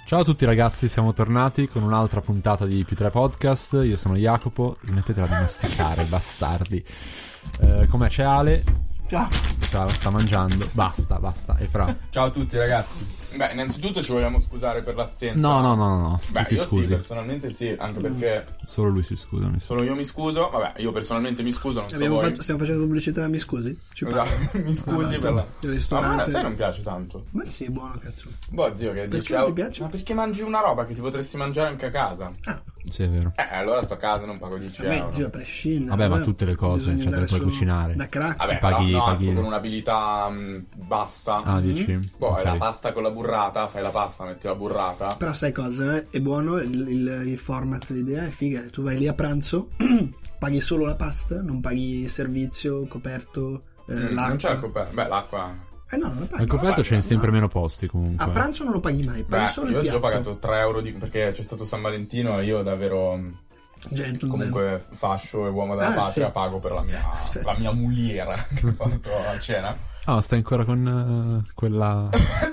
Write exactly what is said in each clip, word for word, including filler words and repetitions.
Ciao a tutti ragazzi, siamo tornati con un'altra puntata di Più tre Podcast. Io sono Jacopo, smettetela di masticare, bastardi. Eh, com'è? C'è Ale. Ciao. Ciao, sta mangiando. Basta, basta. E Fra. Ciao a tutti ragazzi. Beh, innanzitutto ci vogliamo scusare per l'assenza. No, no, no, no. Beh, ti io scusi. sì, personalmente sì, anche perché Solo lui si scusa. Mi solo io mi scuso. Vabbè, io personalmente mi scuso, non so Abbiamo voi. fatto, stiamo facendo pubblicità, mi scusi? Ci Esatto, mi scusi per la... Il Ma ristorante. a me sai non piace tanto. Ma sì, è buono, cazzo. Boh, zio, che Perché dici... non ti piace? Ma perché mangi una roba che ti potresti mangiare anche a casa? Ah, Sì, è vero. Eh, allora sto a casa, non pago dieci a me, euro. zio, a prescindere. Vabbè, ma allora tutte le cose, bisogna cioè, te le andare puoi solo cucinare. Da crack. Vabbè, Paghi- però, no, paghi- tipo con un'abilità mh, bassa. Ah, dici? Boh, è Ok. la pasta con la burrata, fai la pasta, metti la burrata. Però sai cosa? eh? È buono il, il, il format, l'idea è figa. Tu vai lì a pranzo, paghi solo la pasta, non paghi servizio, coperto, eh, Mm, l'acqua. non c'è il coperto. Beh, l'acqua... Eh no, non la paghi. Al coperto vai, c'è in no. sempre meno posti comunque. A pranzo non lo paghi mai, paghi Beh, solo io il oggi ho piatto. pagato tre euro di... perché c'è stato San Valentino e io davvero Gentleman. comunque fascio e uomo della Ah, patria sì. pago per la mia, Aspetta. la mia muliera che ho fatto a cena. Ah, stai ancora con eh, quella...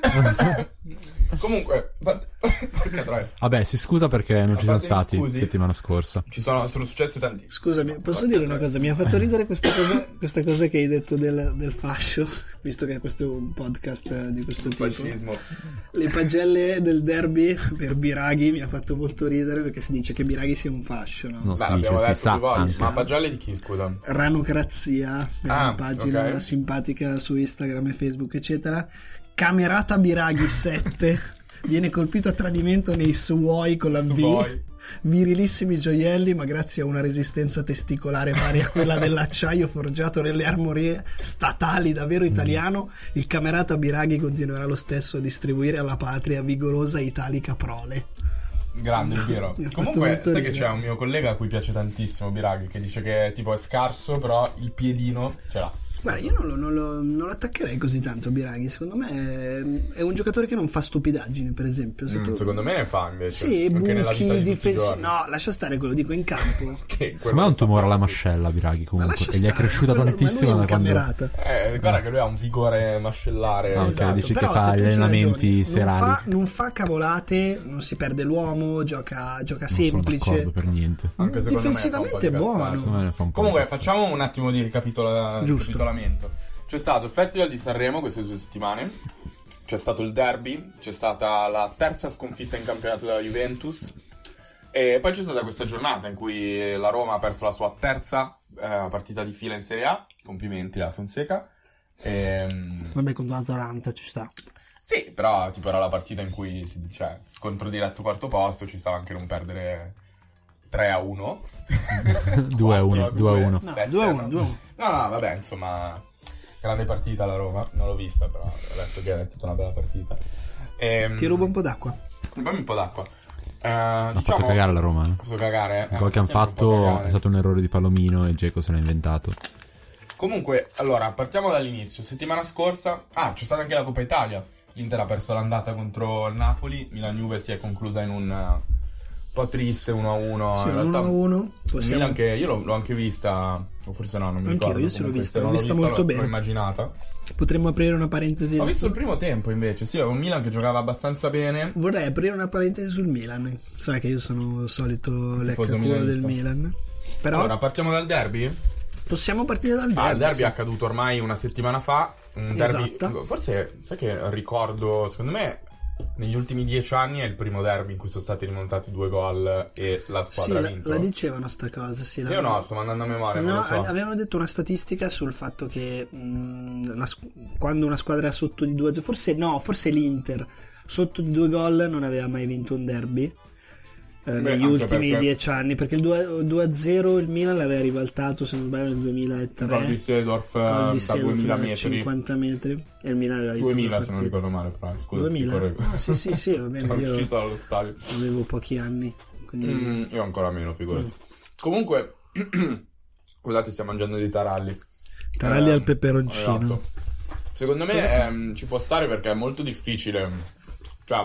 Comunque, parte- porca troia. Vabbè, si scusa perché non A ci siamo parte gli stati scusi. settimana scorsa. Ci sono, sono successe tantissime. Scusami, posso dire una cosa? Mi ha fatto ridere questa cosa, questa cosa che hai detto del, del fascio, visto che questo è un podcast eh, di questo tipo. Fascismo. Le pagelle del derby per Biraghi mi ha fatto molto ridere perché si dice che Biraghi sia un fascio, no? Non Beh, si l'abbiamo dice, detto si sa, più volte. anzi. Ma pagelle di chi, scusa? Ranocrazia, è Ah, una pagina ok. simpatica su Instagram e Facebook, eccetera. Camerata Biraghi sette viene colpito a tradimento nei suoi con la V. Suoi. Virilissimi gioielli, ma grazie a una resistenza testicolare pari a quella dell'acciaio forgiato nelle armorie statali davvero italiano, il camerata Biraghi continuerà lo stesso a distribuire alla patria vigorosa italica prole. Grande, il vero. Mi ha fatto Comunque, molto sai che ridere. c'è un mio collega a cui piace tantissimo Biraghi, che dice che tipo è scarso, però il piedino ce l'ha. Guarda, io non lo, non lo- non lo attaccherei così tanto a Biraghi. Secondo me è, è un giocatore che non fa stupidaggini, per esempio. Se Mm, tu... secondo me ne fa invece. Sì, anche nella vita buchi di tutti i difensivi. giorni. No, lascia stare quello, dico in campo. Che Secondo me ha un tumore alla mascella. mascella Biraghi Ma comunque. lascia E gli è stare, cresciuta quello- tantissimo ma lui da è un quando... camerata. Eh, guarda che lui ha un vigore mascellare. Ah, ok. esatto. dici che Però fa se tu gli ci allenamenti ragioni, serali. Non fa, non fa cavolate, non si perde l'uomo, gioca, gioca Non sono semplice. d'accordo per niente. Anche secondo Difensivamente me fa un po' di è buono. cazzate. Secondo me ne fa un po' Comunque di cazzo. facciamo un attimo di ricapitola- Giusto. ricapitolamento. C'è stato il Festival di Sanremo queste due settimane, c'è stato il derby, c'è stata la terza sconfitta in campionato della Juventus e poi c'è stata questa giornata in cui la Roma ha perso la sua terza eh, partita di fila in Serie A. Complimenti alla Fonseca. Ehm, Vabbè, con l'Atalanta ci sta. Sì, però tipo era la partita in cui si dice scontro diretto quarto posto, ci stava anche non perdere tre a uno. due a uno, due a uno. No, due a uno, due a uno. No, no, vabbè, insomma, grande partita la Roma. Non l'ho vista, però ho detto che è stata una bella partita. Ehm, Ti rubo un po' d'acqua. Fammi un po' d'acqua. Eh, Ha diciamo, fatto cagare la Roma. Eh. Posso cagare? Il gol che hanno sempre un po' fatto cagare. è stato un errore di Palomino e Dzeko se l'ha inventato. Comunque, allora, partiamo dall'inizio. Settimana scorsa, ah, c'è stata anche la Coppa Italia. L'Inter ha perso l'andata contro il Napoli. Milan-Juve si è conclusa in un uh, po' triste uno a uno. Sì, In un realtà, uno a uno. il Possiamo... Milan che io l'ho, l'ho anche vista, o forse no, non mi Anch'io, ricordo. io sì l'ho comunque, vista, se l'ho non vista l'ho molto l'ho- bene. L'ho immaginata. Potremmo aprire una parentesi. Ho visto il primo tempo invece, sì, avevo un Milan che giocava abbastanza bene. Vorrei aprire una parentesi sul Milan. Sai che io sono il solito tifoso leccaculo del milanista. Milan. Però Allora, partiamo dal derby? possiamo partire dal derby. Ah, il derby sì. è accaduto ormai una settimana fa. Un derby, Esatto. forse, sai che ricordo, secondo me, negli ultimi dieci anni è il primo derby in cui sono stati rimontati due gol e la Sì, squadra la, ha vinto. la dicevano sta cosa, sì. la- Io no, sto mandando a memoria, non No, lo so. avevano detto una statistica sul fatto che mh, la squ- quando una squadra è sotto di due a zero, forse no, forse l'Inter sotto di due gol non aveva mai vinto un derby eh, Beh, negli anche ultimi perché- dieci anni, perché il due a zero il Milan l'aveva ribaltato, se non sbaglio, nel duemilatré. Gol di Seedorf Gol eh, di da Seedorf duemila da metri. cinquanta metri e il Milan aveva vinto duemila una se non partita. ricordo male, però. Scusa, se ti duemila? correggo. Ah, sì, sì, sì, va bene, Sono io uscito dallo stadio. avevo pochi anni, quindi Mm, io ancora meno, figurati. Comunque, scusate, stiamo mangiando dei taralli. Taralli Ehm, al peperoncino. esatto. Secondo me ehm, ci può stare perché è molto difficile. Cioè,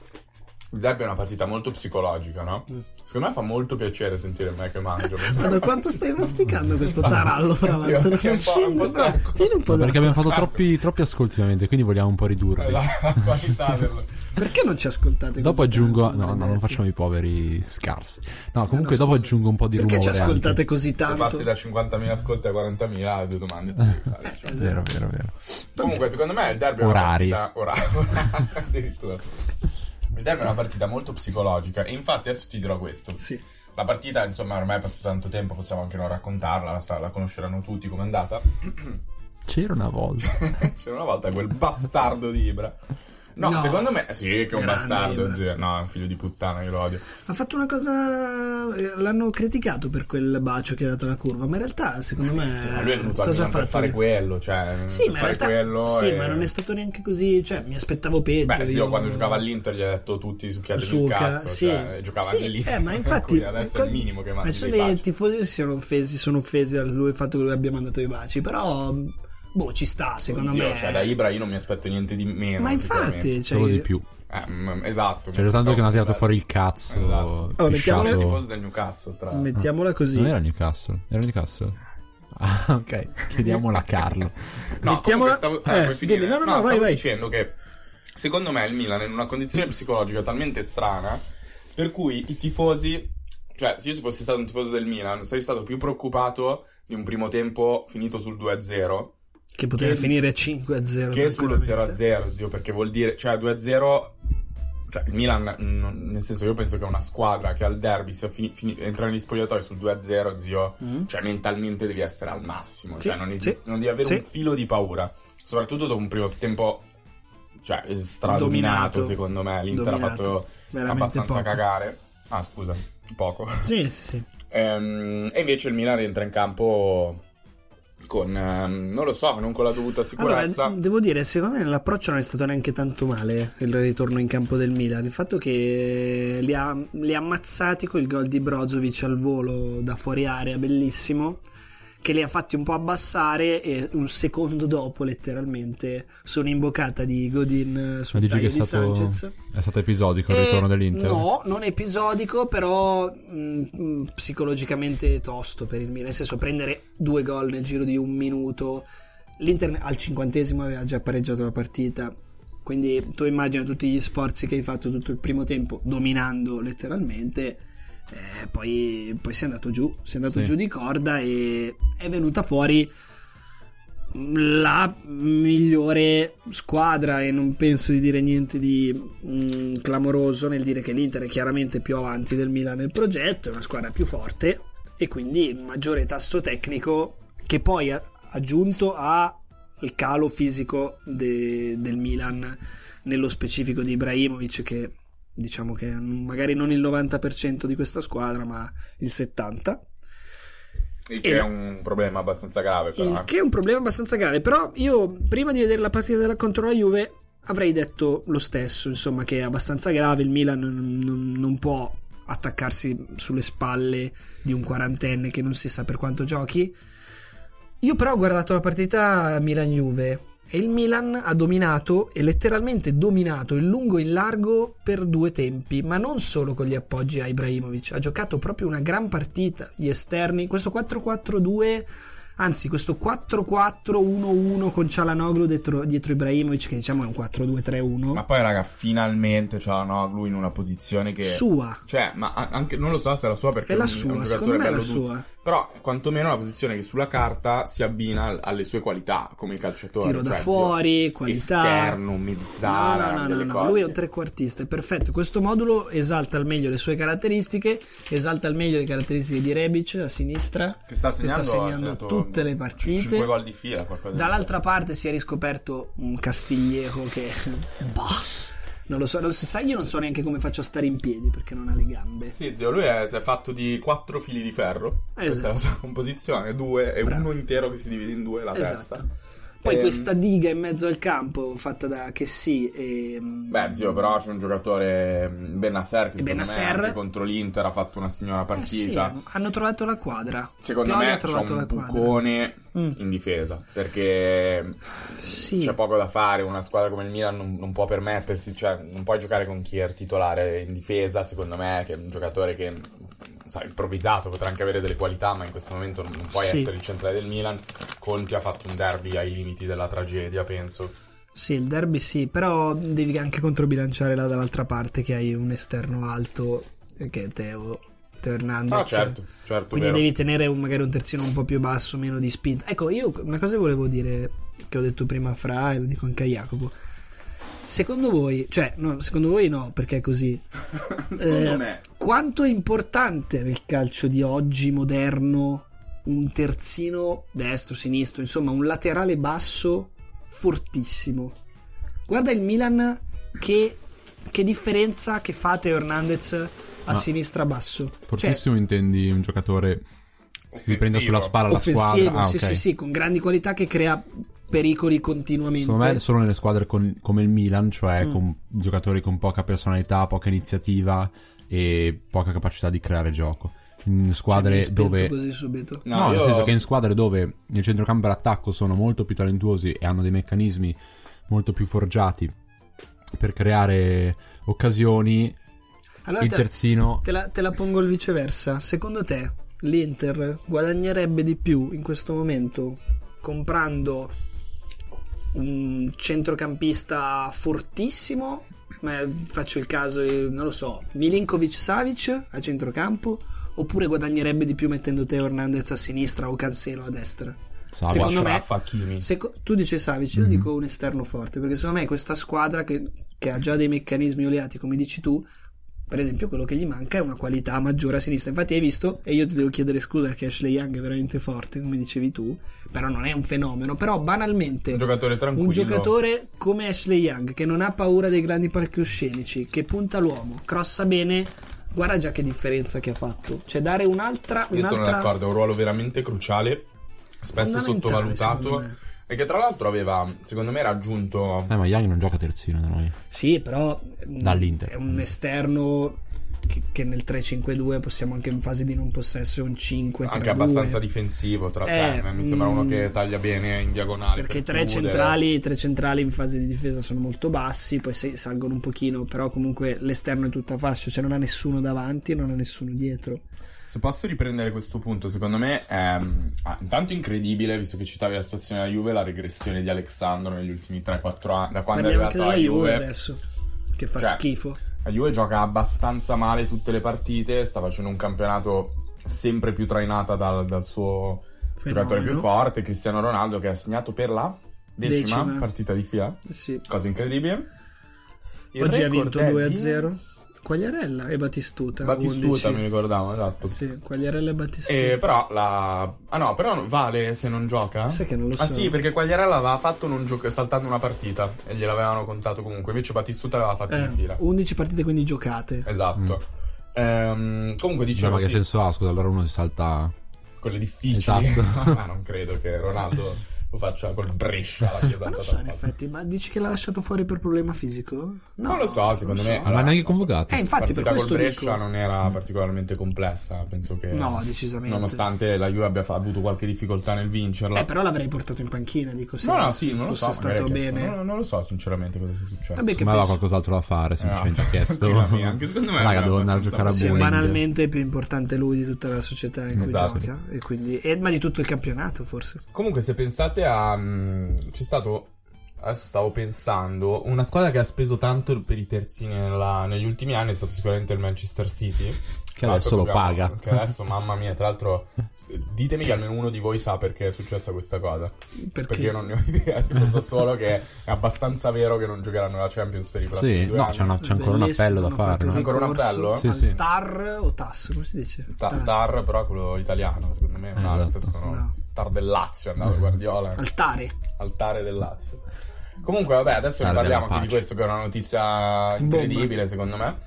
il derby è una partita molto psicologica, no? Secondo me fa molto piacere sentire me che mangio. Ma da quanto stai masticando questo tarallo, fra l'altro? Perché è un po', un po' Scende, secco. tieni un po' Ma perché d'acqua. abbiamo fatto troppi, troppi ascolti ovviamente, quindi vogliamo un po' ridurli. La qualità del... Perché non ci ascoltate? Dopo così aggiungo, tanto, no, no, non maledetti? facciamo i poveri scarsi. No, comunque no, dopo scusa. aggiungo un po' di Perché rumore. ci ascoltate anche. così Se tanto? passi da cinquantamila ascolti a quarantamila, due domande. È vero, vero, vero. Comunque, secondo me il derby Orari. è una partita... Orari. Addirittura. Il derby è una partita molto psicologica e infatti adesso ti dirò questo. Sì. La partita, insomma, ormai è passato tanto tempo, possiamo anche non raccontarla, la, sa- la conosceranno tutti com'è andata. C'era una volta. C'era una volta quel bastardo di Ibra. No, No. secondo me sì, che è un Grande bastardo, Ibra. zio. No, è un figlio di puttana, io lo odio. Ha fatto una cosa. L'hanno criticato per quel bacio che ha dato alla curva, ma in realtà, secondo me. Sì, ma lui è venuto a cosa ha Milan per fatto? fare quello, cioè Sì, per ma in fare realtà. quello Sì, e- ma non è stato neanche così. Cioè, mi aspettavo peggio. Beh, zio, io- quando giocava all'Inter gli ha detto tutti succhiate il Suca, cazzo, sì, cioè, giocava sì, nell'Inter. eh, ma infatti Quindi adesso è il minimo che mandi adesso dei dei baci. tifosi si sono offesi, sono offesi al lui- il fatto che lui abbia mandato i baci, però boh, ci sta, secondo Zio, me. cioè, da Ibra io non mi aspetto niente di meno. Ma sicuramente. infatti, cioè, Solo di più. Eh, mm, esatto. C'è tanto che non ha tirato fuori il Esatto. cazzo. Oh, mettiamola- Sono pisciato. tifoso del Newcastle, tra l'altro. mettiamola così. Non era Newcastle? Era Newcastle? Ah, ok. Chiediamola a Carlo. No, Mettiamola- comunque stavo, eh, eh, puoi finire? dimmi, no, no, no, vai, stavo vai. dicendo che secondo me il Milan è in una condizione psicologica talmente strana per cui i tifosi, cioè se io fossi stato un tifoso del Milan sarei stato più preoccupato di un primo tempo finito sul due a zero Che poteva che- finire cinque a zero. che sullo zero a zero, zio, perché vuol dire, cioè due a zero, cioè il Milan, mm, nel senso io penso che è una squadra che al derby sia fini, fini, entra negli spogliatoi sul due a zero, zio, Mm. cioè mentalmente devi essere al massimo, Sì, cioè non, esiste, sì, non devi avere sì. un filo di paura, soprattutto dopo un primo tempo, cioè stradominato, Dominato. secondo me, l'Inter Dominato. ha fatto Veramente abbastanza poco. cagare, ah scusa, poco, Sì, sì, sì. Ehm, e invece il Milan rientra in campo con, ehm, non lo so, non con la dovuta sicurezza. Allora, devo dire, secondo me l'approccio non è stato neanche tanto male il ritorno in campo del Milan. Il fatto che li ha, li ha ammazzati con il gol di Brozovic al volo da fuori area, bellissimo, che li ha fatti un po' abbassare e un secondo dopo, letteralmente, su un'imboccata di Godin Ma sul dici che taglio è di stato, Sanchez. è stato episodico il Eh, ritorno dell'Inter? No, non episodico, però mh, mh, psicologicamente tosto per il Milan. Nel senso, prendere due gol nel giro di un minuto. L'Inter al cinquantesimo aveva già pareggiato la partita. Quindi tu immagina tutti gli sforzi che hai fatto tutto il primo tempo, dominando letteralmente. Eh, poi, poi sei andato giù, sei andato Sì. giù di corda e è venuta fuori la migliore squadra, e non penso di dire niente di mm, clamoroso nel dire che l'Inter è chiaramente più avanti del Milan nel progetto, è una squadra più forte e quindi maggiore tasso tecnico, che poi ha aggiunto al calo fisico de- del Milan, nello specifico di Ibrahimovic, che diciamo che magari non il novanta per cento di questa squadra ma il settanta per cento. Il che E- è un problema abbastanza grave, però. Il eh. che è un problema abbastanza grave. Però io, prima di vedere la partita della, contro la Juve, avrei detto lo stesso, insomma, che è abbastanza grave. Il Milan non, non- non può attaccarsi sulle spalle di un quarantenne che non si sa per quanto giochi. Io però ho guardato la partita Milan-Juve e il Milan ha dominato, e letteralmente dominato, in lungo e in largo per due tempi, ma non solo con gli appoggi a Ibrahimovic, ha giocato proprio una gran partita, gli esterni, questo quattro quattro due, anzi questo quattro quattro uno uno con Çalhanoğlu dietro, dietro Ibrahimovic, che diciamo è un quattro due tre uno, Ma poi, raga, finalmente Çalhanoğlu in una posizione che... sua, Cioè, ma a- anche non lo so se è la sua, perché è la un, sua, è un secondo giocatore me è la bello tutto. sua. Però quantomeno una posizione che sulla carta si abbina al- alle sue qualità come calciatore. Tiro da cioè, fuori, zio, qualità. esterno, mezzala, No, no, no, delle no, no, cose. lui è un trequartista, è perfetto. Questo modulo esalta al meglio le sue caratteristiche, esalta al meglio le caratteristiche di Rebic a sinistra, Che sta segnando, ha segnando segnato tutte le partite. cinque gol di fila, qualcosa del Dall'altra parte si è riscoperto un Castiglieco che boh, non lo so, non si sa, io non so neanche come faccio a stare in piedi perché non ha le gambe. Sì, zio, lui è, si è fatto di quattro fili di ferro. Questa Esatto. è la sua composizione, due e Bravo. uno intero che si divide in due, la Esatto. testa. Poi Ehm, questa diga in mezzo al campo fatta da Chessy e Beh, zio, però c'è un giocatore, Bennacer, che E secondo Bennacer? me anche contro l'Inter ha fatto una signora eh partita. sì, hanno trovato la quadra. Secondo Pioli me ha c'è trovato un la quadra. bucone Mm. in difesa, perché Sì. c'è poco da fare. Una squadra come il Milan non, non può permettersi, cioè non puoi giocare con Kier titolare in difesa, secondo me, che è un giocatore che, non so, improvvisato, potrà anche avere delle qualità, ma in questo momento non puoi Sì. essere il centrale del Milan. Conti ha fatto un derby ai limiti della tragedia, penso. Sì, il derby sì, però devi anche controbilanciare là dall'altra parte che hai un esterno alto che è Teo, Teo Hernandez. Ah, certo, certo. Quindi vero. devi tenere un, magari un terzino un po' più basso, meno di spinta. Ecco, io una cosa che volevo dire, che ho detto prima a Fra e lo dico anche a Jacopo. Secondo voi, cioè, no, secondo voi no, perché è così. Secondo eh, me. Quanto è importante nel calcio di oggi moderno un terzino destro, sinistro, insomma un laterale basso fortissimo? Guarda il Milan, che, che differenza che fa Teo Hernandez a Ma sinistra basso. Fortissimo, cioè, intendi un giocatore che si prende sulla spalla la offensivo, squadra? Ah, sì, okay. sì, sì, con grandi qualità, che crea pericoli continuamente. Secondo me solo nelle squadre con, come il Milan, cioè Mm. con giocatori con poca personalità, poca iniziativa e poca capacità di creare gioco. In squadre Cioè, mi hai spento dove così subito. no, No, nel io- senso che in squadre dove nel centrocampo e l'attacco sono molto più talentuosi e hanno dei meccanismi molto più forgiati per creare occasioni, Allora il te, terzino te la, te la pongo il viceversa. Secondo te l'Inter guadagnerebbe di più in questo momento comprando un centrocampista fortissimo? Ma faccio il caso, eh, non lo so, Milinkovic-Savic a centrocampo, oppure guadagnerebbe di più mettendo Teo Hernandez a sinistra o Cancelo a destra? Savic. Secondo me, Ashraf Hakimi. seco- tu dici Savic, io Mhm. dico un esterno forte, perché secondo me questa squadra che, che ha già dei meccanismi oliati, come dici tu, per esempio quello che gli manca è una qualità maggiore a sinistra. Infatti hai visto, e io ti devo chiedere scusa perché Ashley Young è veramente forte, come dicevi tu, però non è un fenomeno. Però banalmente Un giocatore tranquillo. un giocatore come Ashley Young, che non ha paura dei grandi palcoscenici, che punta l'uomo, crossa bene, guarda già che differenza che ha fatto. Cioè dare un'altra, Io sono un'altra d'accordo, è un ruolo veramente cruciale, spesso fondamentale, sottovalutato, secondo me. e che tra l'altro aveva, secondo me, raggiunto... eh, ma Young non gioca terzino da noi. Sì, però Dall'Inter. è un esterno che, che nel tre cinque due possiamo anche in fase di non possesso un cinque tre Anche due. abbastanza difensivo, tra, Eh, cioè, mi sembra uno mm, che taglia bene in diagonale. perché per tre chiudere. centrali, tre centrali in fase di difesa sono molto bassi, poi se- salgono un pochino, però comunque l'esterno è tutta fascia, cioè non ha nessuno davanti e non ha nessuno dietro. Se posso riprendere questo punto, secondo me è mm, ah, intanto incredibile, visto che citavi la situazione della Juve, la regressione di Alexandro negli ultimi tre quattro anni, da quando Parliamo è anche arrivato della alla Juve Juve. adesso, che fa Cioè, schifo. La Juve gioca abbastanza male tutte le partite, sta facendo un campionato sempre più trainata dal, dal suo Fenomeno. giocatore più forte, Cristiano Ronaldo, che ha segnato per la decima, Decima. partita di fila, Sì. cosa incredibile. Il Oggi ha record vinto è due a di zero. Quagliarella e Battistuta. Battistuta, undici. mi ricordavo, esatto. Sì, Quagliarella e Battistuta. E però la... Ah no, però vale se non gioca? Sai che non lo Ah so. sì, perché Quagliarella aveva fatto non gioco saltando una partita e gliel'avevano contato comunque, invece Battistuta l'aveva fatta Eh, in fila. undici partite quindi giocate. Esatto. Ehm, comunque Cioè, dicevo ma che sì, senso ha? Scusa, allora uno si salta. quelle difficili. Esatto. Ma non credo che Ronaldo lo faccia col Brescia la sia Ma non saltata so in apposta. effetti, ma dici che l'ha lasciato fuori per problema fisico? No, Non lo so, secondo non me- so. Ma neanche convocato. Eh, infatti per partita col questo Brescia dico. non era particolarmente complessa, penso che No, decisamente. nonostante la Juve abbia fa- avuto qualche difficoltà nel vincerla. Eh, però l'avrei portato in panchina, dico, se no, no, sì, non lo fosse so, magari stato ha chiesto. bene. Non, non lo so sinceramente cosa sia successo. Vabbè, che Secondo me aveva penso- qualcos'altro da fare, semplicemente Eh, ha chiesto. anche la mia, anche secondo me Raga, era devo andare a abbastanza giocare a Sì, bowling. banalmente è più importante lui di tutta la società in cui Esatto. gioca e quindi e- ma di tutto il campionato forse. Comunque, se pensate a. mh, c'è stato. Adesso stavo pensando. Una squadra che ha speso tanto per i terzini nella- negli ultimi anni è stato sicuramente il Manchester City. Che adesso lo Dobbiamo- paga. Che adesso, mamma mia, tra l'altro. Ditemi che almeno uno di voi sa perché è successa questa cosa. Perché, Perché io non ne ho idea. Tipo, so solo che è abbastanza vero che non giocheranno la Champions per i prossimi Sì, due no, anni. c'è, una- c'è ancora un Bellissimo, appello da hanno fare. fatto no? il Ancora un ricorso appello? Sì, al sì. T A R o T A S, come si dice? Ta- T A R. Tar, però quello italiano, secondo me. No, Esatto. stesso no. No. Tar del Lazio è andato Guardiola. Altare. Altare del Lazio. Comunque, vabbè, adesso ne Altare parliamo della anche di pace. questo, che è una notizia incredibile, secondo me.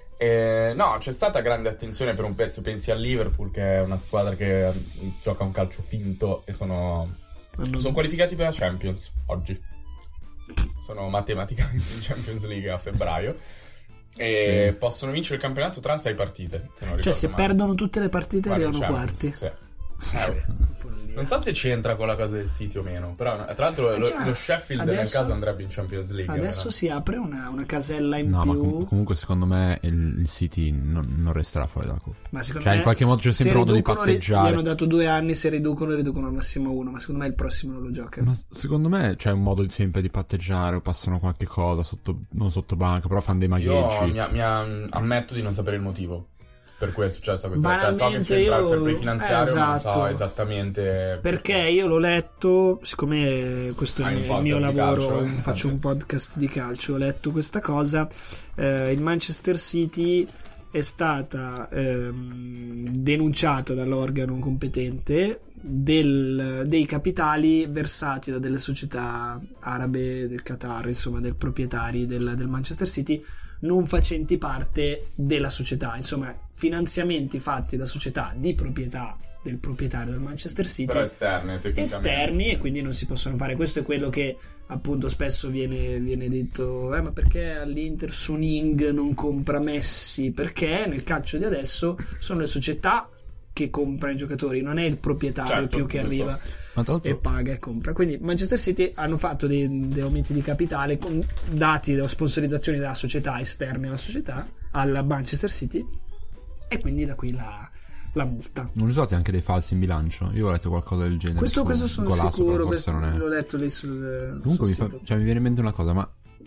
Eh, no, c'è stata grande attenzione per un pezzo. Pensi al Liverpool, che è una squadra che gioca un calcio finto e sono, Hanno- sono qualificati per la Champions oggi. Sono matematicamente in Champions League a febbraio. E possono vincere il campionato tra sei partite. Se non Cioè ricordo se male. perdono tutte le partite Vanno in arrivano Champions, quarti. sì. Eh, Follia. Non so se c'entra con la cosa del City o meno, però tra l'altro lo, già, lo Sheffield adesso, nel caso andrebbe in Champions League. Adesso vero? si apre una, una casella in No, più. ma com- comunque secondo me il, il City non, non resterà fuori dalla Coppa. Ma secondo Cioè me in qualche modo c'è se sempre modo di riducono, ri- patteggiare. Gli hanno dato due anni, se riducono, riducono al massimo uno. Ma secondo me il prossimo non lo gioca. Ma secondo me c'è un modo sempre di patteggiare o passano qualche cosa sotto, non sotto banca, però fanno dei magheggi. Io mi, mi, ammetto di non sapere il motivo per cui è successa questa cosa. Cioè, so che Banalmente c'entra il io- fair play finanziario, eh, ma non esatto. so esattamente. Perché io l'ho letto, siccome questo Hai è un il podcast mio di lavoro, calcio, eh? faccio un podcast di calcio, ho letto questa cosa. Eh, il Manchester City è stata ehm, denunciata dall'organo competente del, dei capitali versati da delle società arabe del Qatar, insomma, del proprietari del, del Manchester City, non facenti parte della società, insomma, finanziamenti fatti da società di proprietà del proprietario del Manchester City, Però esterne, tecnicamente. esterni, e quindi non si possono fare. Questo è quello che appunto spesso viene, viene detto, eh, ma perché all'Inter Suning non compra Messi? Perché nel calcio di adesso sono le società che comprano i giocatori, non è il proprietario Certo, più che giusto. arriva Ma tra l'altro e paga e compra. Quindi Manchester City hanno fatto dei, dei aumenti di capitale con, dati da sponsorizzazioni da società esterne alla società, alla Manchester City, e quindi da qui la, la multa. non usate anche dei falsi in bilancio? Io ho letto qualcosa del genere. Questo, su questo sono Golasso, sicuro, però questo forse non è. l'ho letto lì sul, Comunque mi, sul fa, sito. cioè, mi viene in mente una cosa, ma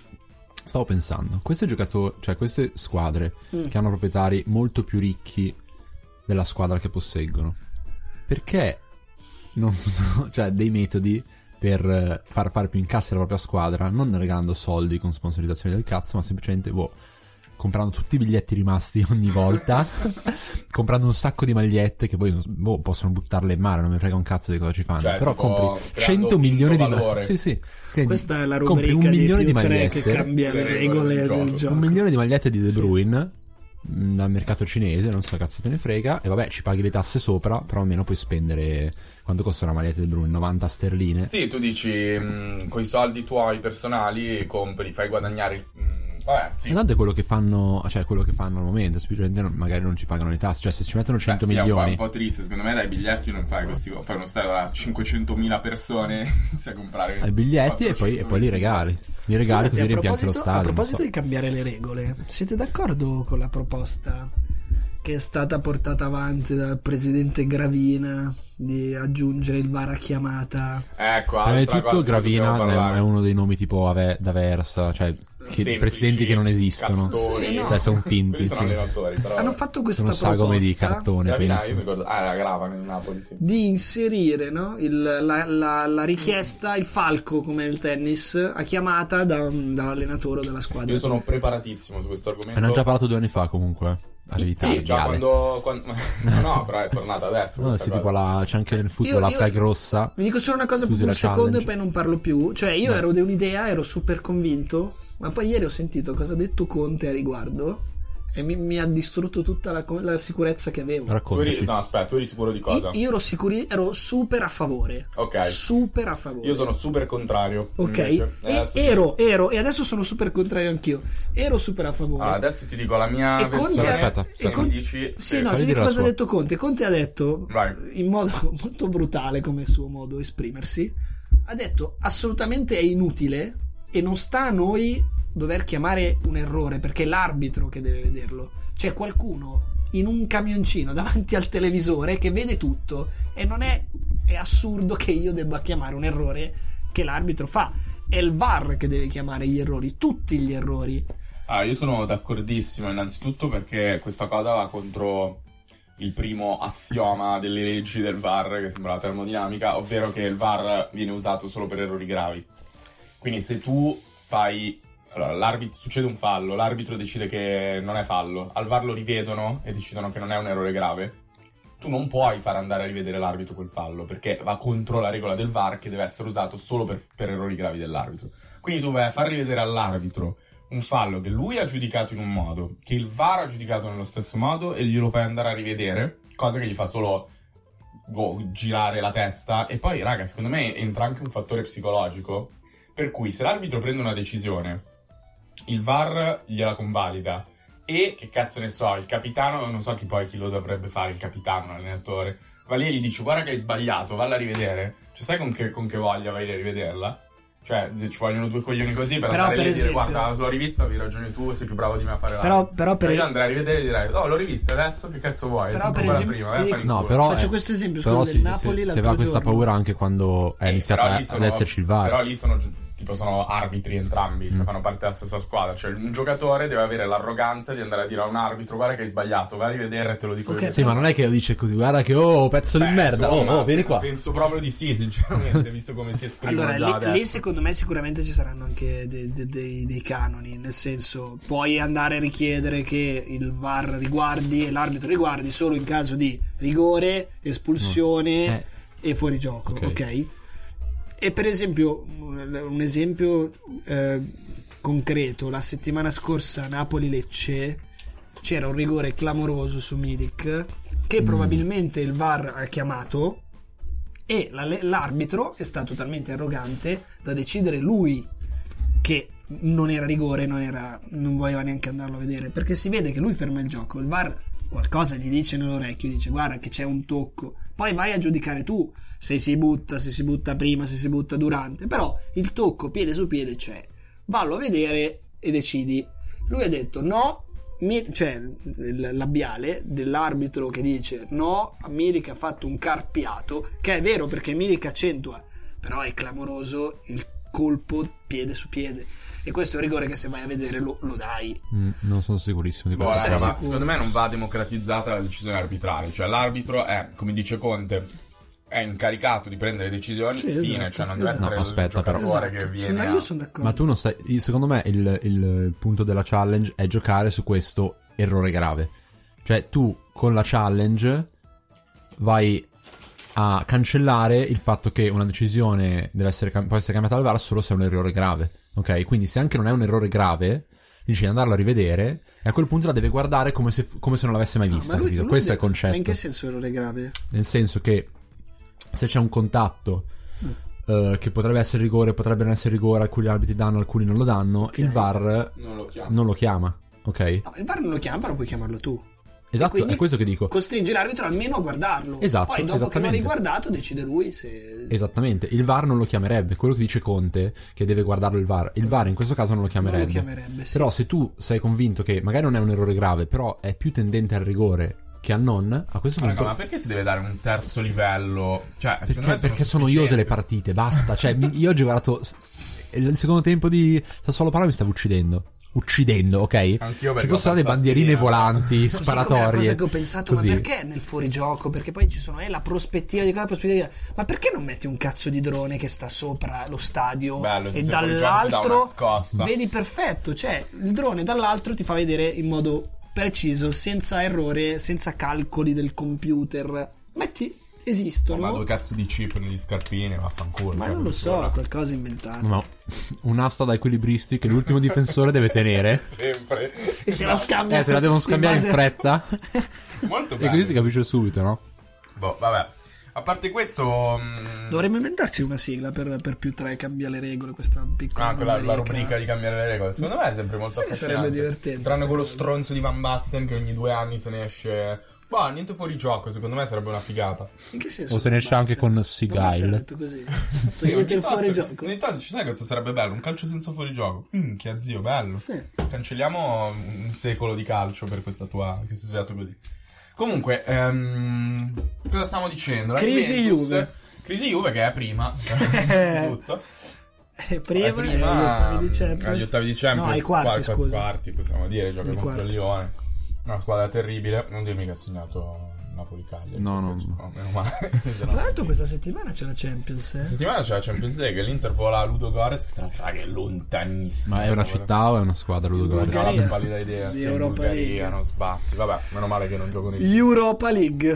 stavo pensando, queste giocatori, cioè queste squadre Mm. che hanno proprietari molto più ricchi della squadra che posseggono, perché non so, cioè dei metodi per eh, far fare più incassi alla propria squadra, non regalando soldi con sponsorizzazioni del cazzo, ma semplicemente boh, comprando tutti i biglietti rimasti ogni volta, comprando un sacco di magliette che poi boh, possono buttarle in mare, non mi frega un cazzo di cosa ci fanno, Cioè, però tipo, compri creando cento milioni di valore. magliette. Sì, sì. Quindi Questa è la compri rubrica un di milione più di tre magliette, che cambia le le regole regole del del gioco. gioco. un milione di magliette di De Sì. Bruyne mh, dal mercato cinese, non so cazzo te ne frega, e vabbè ci paghi le tasse sopra, però almeno puoi spendere, quanto costa una maglietta di De Bruyne? novanta sterline. Sì, tu dici mh, con i soldi tuoi personali compri, fai guadagnare il. Mh, vabbè, sì. E tanto è quello che fanno, cioè quello che fanno al momento, semplicemente non- magari non ci pagano le tasse, cioè se ci mettono cento Beh, sì, è un po', milioni. un po' triste, secondo me dai biglietti non fai questi, fai uno stadio da cinquecentomila persone, inizi a comprare Ai biglietti e poi, e poi li regali. Li regali Scusate, così a riempi anche lo proposito- stadio. A non proposito so. di cambiare le regole, siete d'accordo con la proposta che è stata portata avanti dal presidente Gravina di aggiungere il V A R a chiamata? Ecco, Prima di altra tutto cosa di cui Gravina dobbiamo è, parlare. è uno dei nomi tipo Ave- d'Aversa, cioè che, Semplici, presidenti che non esistono. castori. Sì, no. Cioè sono finti, Quelli sono sì. allenatori, però. Hanno fatto questa Sono sagome di proposta cartone, Gravina, penso. io mi ricordo. Ah, era Grava nel Napoli, sì. di inserire, no, il- la, la- la richiesta, il falco come nel tennis, a chiamata da- dall'allenatore o dalla squadra. Io sono preparatissimo su questo argomento. Ne hanno già parlato due anni fa comunque. All'Italia. Sì, già quando, quando... No, no, però è tornata adesso. No, questa sì, tipo cosa. la, c'è anche nel football Io- la io- flag rossa. Vi dico solo una cosa, Scusi, un la secondo challenge. e poi non parlo più. Cioè, io No. ero di un'idea, ero super convinto, ma poi ieri ho sentito cosa ha detto Conte a riguardo e mi, mi ha distrutto tutta la, co- la sicurezza che avevo. Tu eri... Raccontaci. No, aspetta, tu eri sicuro di cosa? Io, io ero sicuri, ero super a favore. Ok. Super a favore. Io sono super contrario. Ok, invece. e- Adesso ti- ero, ero, e adesso sono super contrario anch'io. Ero super a favore. Ah, adesso ti dico la mia E Conte- versione. Aspetta, Se e mi Con- dici... Sì, se- no, Fai ti dire dico la cosa ha sua. detto Conte. Conte ha detto, Vai. in modo molto brutale come suo modo di esprimersi, ha detto assolutamente è inutile e non sta a noi dover chiamare un errore, perché è l'arbitro che deve vederlo. C'è qualcuno in un camioncino davanti al televisore che vede tutto e non è, è assurdo che io debba chiamare un errore che l'arbitro fa. È il V A R che deve chiamare gli errori, tutti gli errori. Ah, io sono d'accordissimo, innanzitutto perché questa cosa va contro il primo assioma delle leggi del V A R, che sembra la termodinamica, ovvero che il V A R viene usato solo per errori gravi. Quindi se tu fai... Allora, l'arbitro, succede un fallo, l'arbitro decide che non è fallo, al V A R lo rivedono e decidono che non è un errore grave, tu non puoi far andare a rivedere l'arbitro quel fallo, perché va contro la regola del V A R che deve essere usato solo per, per errori gravi dell'arbitro. Quindi tu vai a far rivedere all'arbitro un fallo che lui ha giudicato in un modo, che il V A R ha giudicato nello stesso modo, e glielo fai andare a rivedere, cosa che gli fa solo boh, girare la testa. E poi, raga, secondo me entra anche un fattore psicologico, per cui se l'arbitro prende una decisione, il V A R gliela convalida E che cazzo ne so, il capitano, non so chi poi chi lo dovrebbe fare, il capitano, l'allenatore, va lì e gli dice guarda che hai sbagliato, valla a rivedere. Cioè sai con che, con che voglia vai a rivederla? Cioè ci vogliono due coglioni così per Però, andare per lì e dire esempio- guarda l'ho rivista, avevi ragione tu, sei più bravo di me a fare la Però, però per Poi andrai a rivedere e dirai oh l'ho rivista adesso, che cazzo vuoi? Però, Sei per come la esempio, prima, ti vai a dico- fare in No, culo. però Faccio eh, questo esempio, però scusa, si, del si- Napoli si, l'altro va questa giorno. paura anche quando è Eh, iniziato però a- lì sono- ad esserci il V A R. Però lì sono gi- tipo sono arbitri entrambi, cioè Mm. fanno parte della stessa squadra. Cioè un giocatore deve avere l'arroganza di andare a dire a un arbitro guarda che hai sbagliato, vai a rivedere, te lo dico Ok, io. Sì, ma non è che lo dice così, guarda che oh, pezzo Beh, di merda, oh, insomma, oh, vieni qua. Penso proprio di sì, sinceramente, visto come si esprimono Allora, già lì, adesso. lì secondo me sicuramente ci saranno anche dei, dei- dei- dei canoni, nel senso puoi andare a richiedere che il V A R riguardi e l'arbitro riguardi solo in caso di rigore, espulsione Eh. e fuorigioco, Ok. ok? E per esempio, un un esempio eh, concreto, la settimana scorsa Napoli-Lecce c'era un rigore clamoroso su Milik che Mm. probabilmente il V A R ha chiamato e la- l'arbitro è stato talmente arrogante da decidere lui che non era rigore, non, era, non voleva neanche andarlo a vedere, perché si vede che lui ferma il gioco, il V A R qualcosa gli dice nell'orecchio, dice guarda che c'è un tocco, poi vai a giudicare tu se si butta, se si butta prima, se si butta durante, però il tocco piede su piede c'è, vallo a vedere e decidi. Lui ha detto no, mi- cioè il labiale dell'arbitro che dice no, Milik ha fatto un carpiato, che è vero perché Milik accentua, però è clamoroso il colpo piede su piede, e questo è un rigore che se vai a vedere lo, lo dai. Mm, non sono sicurissimo di Boh, questo. sei raga, ma sicuro? secondo me non va democratizzata la decisione arbitrale. Cioè l'arbitro è, come dice Conte, è incaricato di prendere decisioni, Sì, fine, esatto, cioè non deve esatto. essere No, aspetta, il però. giocatore Esatto. che viene Sono- a- io sono d'accordo. Ma tu non stai. Secondo me il, il punto della challenge è giocare su questo errore grave. Cioè, tu con la challenge vai a cancellare il fatto che una decisione deve essere, cam- può essere cambiata al V A R solo se è un errore grave. Ok? Quindi se anche non è un errore grave, dici di andarlo a rivedere e a quel punto la deve guardare come se, come se non l'avesse mai No, vista. ma lui- capito? lui Questo è deve- il concetto. Ma in che senso errore grave? Nel senso che se c'è un contatto eh, che potrebbe essere rigore, potrebbe non essere rigore, alcuni arbitri danno, alcuni non lo danno, il V A R Non lo chiamo. non lo chiama, ok? No, il V A R non lo chiama, però puoi chiamarlo tu. Esatto, E quindi è questo che dico. Costringi l'arbitro almeno a guardarlo. Esatto, Poi dopo che l'ha esattamente. riguardato decide lui se... Esattamente, il V A R non lo chiamerebbe, quello che dice Conte che deve guardarlo il V A R. Il V A R in questo caso non lo chiamerebbe. Non lo chiamerebbe, sì. Però se tu sei convinto che magari non è un errore grave, però è più tendente al rigore che al non, a questo Raga, punto ma perché si deve dare un terzo livello? Cioè, secondo Perché, me perché sono noiose le partite, basta. Cioè, mi- io oggi ho guardato. Il secondo tempo di Sassuolo Parma mi stava uccidendo. Uccidendo, ok? Anch'io, Ci perché fossero ho state pensato bandierine di- volanti, Così come la sparatorie. cosa che ho pensato, così. ma perché nel fuorigioco? Perché poi ci sono, eh, la prospettiva di qua, la prospettiva di là. Ma perché non metti un cazzo di drone che sta sopra lo stadio Bello, se e sei fuorigioco ti dà dall'altro una scossa. vedi perfetto, cioè il drone dall'altro ti fa vedere in modo preciso, senza errore, senza calcoli del computer. Metti, esistono. Ma due cazzo di chip negli scarpini, vaffanculo. Ma cioè, non lo so, guarda. qualcosa inventato. No, un'asta da equilibristi che l'ultimo difensore deve tenere. Sempre. E se la scambia Eh, se la devono scambiare in base- fretta. Molto E bello. così si capisce subito, no? Boh, vabbè. A parte questo... mh, Dovremmo inventarci una sigla per, per più tre cambia le regole, questa piccola Ah, quella, la rubrica. rubrica di cambiare le regole. Secondo me è sempre molto Sai che affascinante. sarebbe divertente Tranne sta quello cosa. stronzo di Van Basten che ogni due anni se ne esce... Boh, niente fuori gioco, secondo me sarebbe una figata. In che senso? O se ne esce anche con Seagull. detto così. Togliete il fuori gioco. Ogni tanto ci sai cosa sarebbe bello? Un calcio senza fuori gioco. Minchia, zio, bello. Sì. Cancelliamo un secolo di calcio per questa tua... che si è svegliato così. Comunque, ehm, cosa stiamo dicendo? La Crisi Juventus- Juve. Crisi Juve che è prima. Innanzitutto. E prima, È agli ottavi di Champions. agli ottavi di Champions, No, ai quarti, quasi scusa. quarti, possiamo dire, gioca Ai contro il quarti. Lione. Una squadra terribile. Non dirmi che ha segnato Napoli-Cagliari. No, no, perché- no. meno male. Se no- Tra l'altro questa settimana c'è la Champions, eh? Questa settimana c'è la Champions League, l'Inter vola a Ludo Gorez, che tra l'altro raga, è lontanissimo. Ma è una città o è una squadra, Ludo Non ho Gorez? Bulgaria. la pallida idea. Di Sì, in Europa Bulgaria, League. non sbazzi. Vabbè, meno male che non gioco nei... Europa League.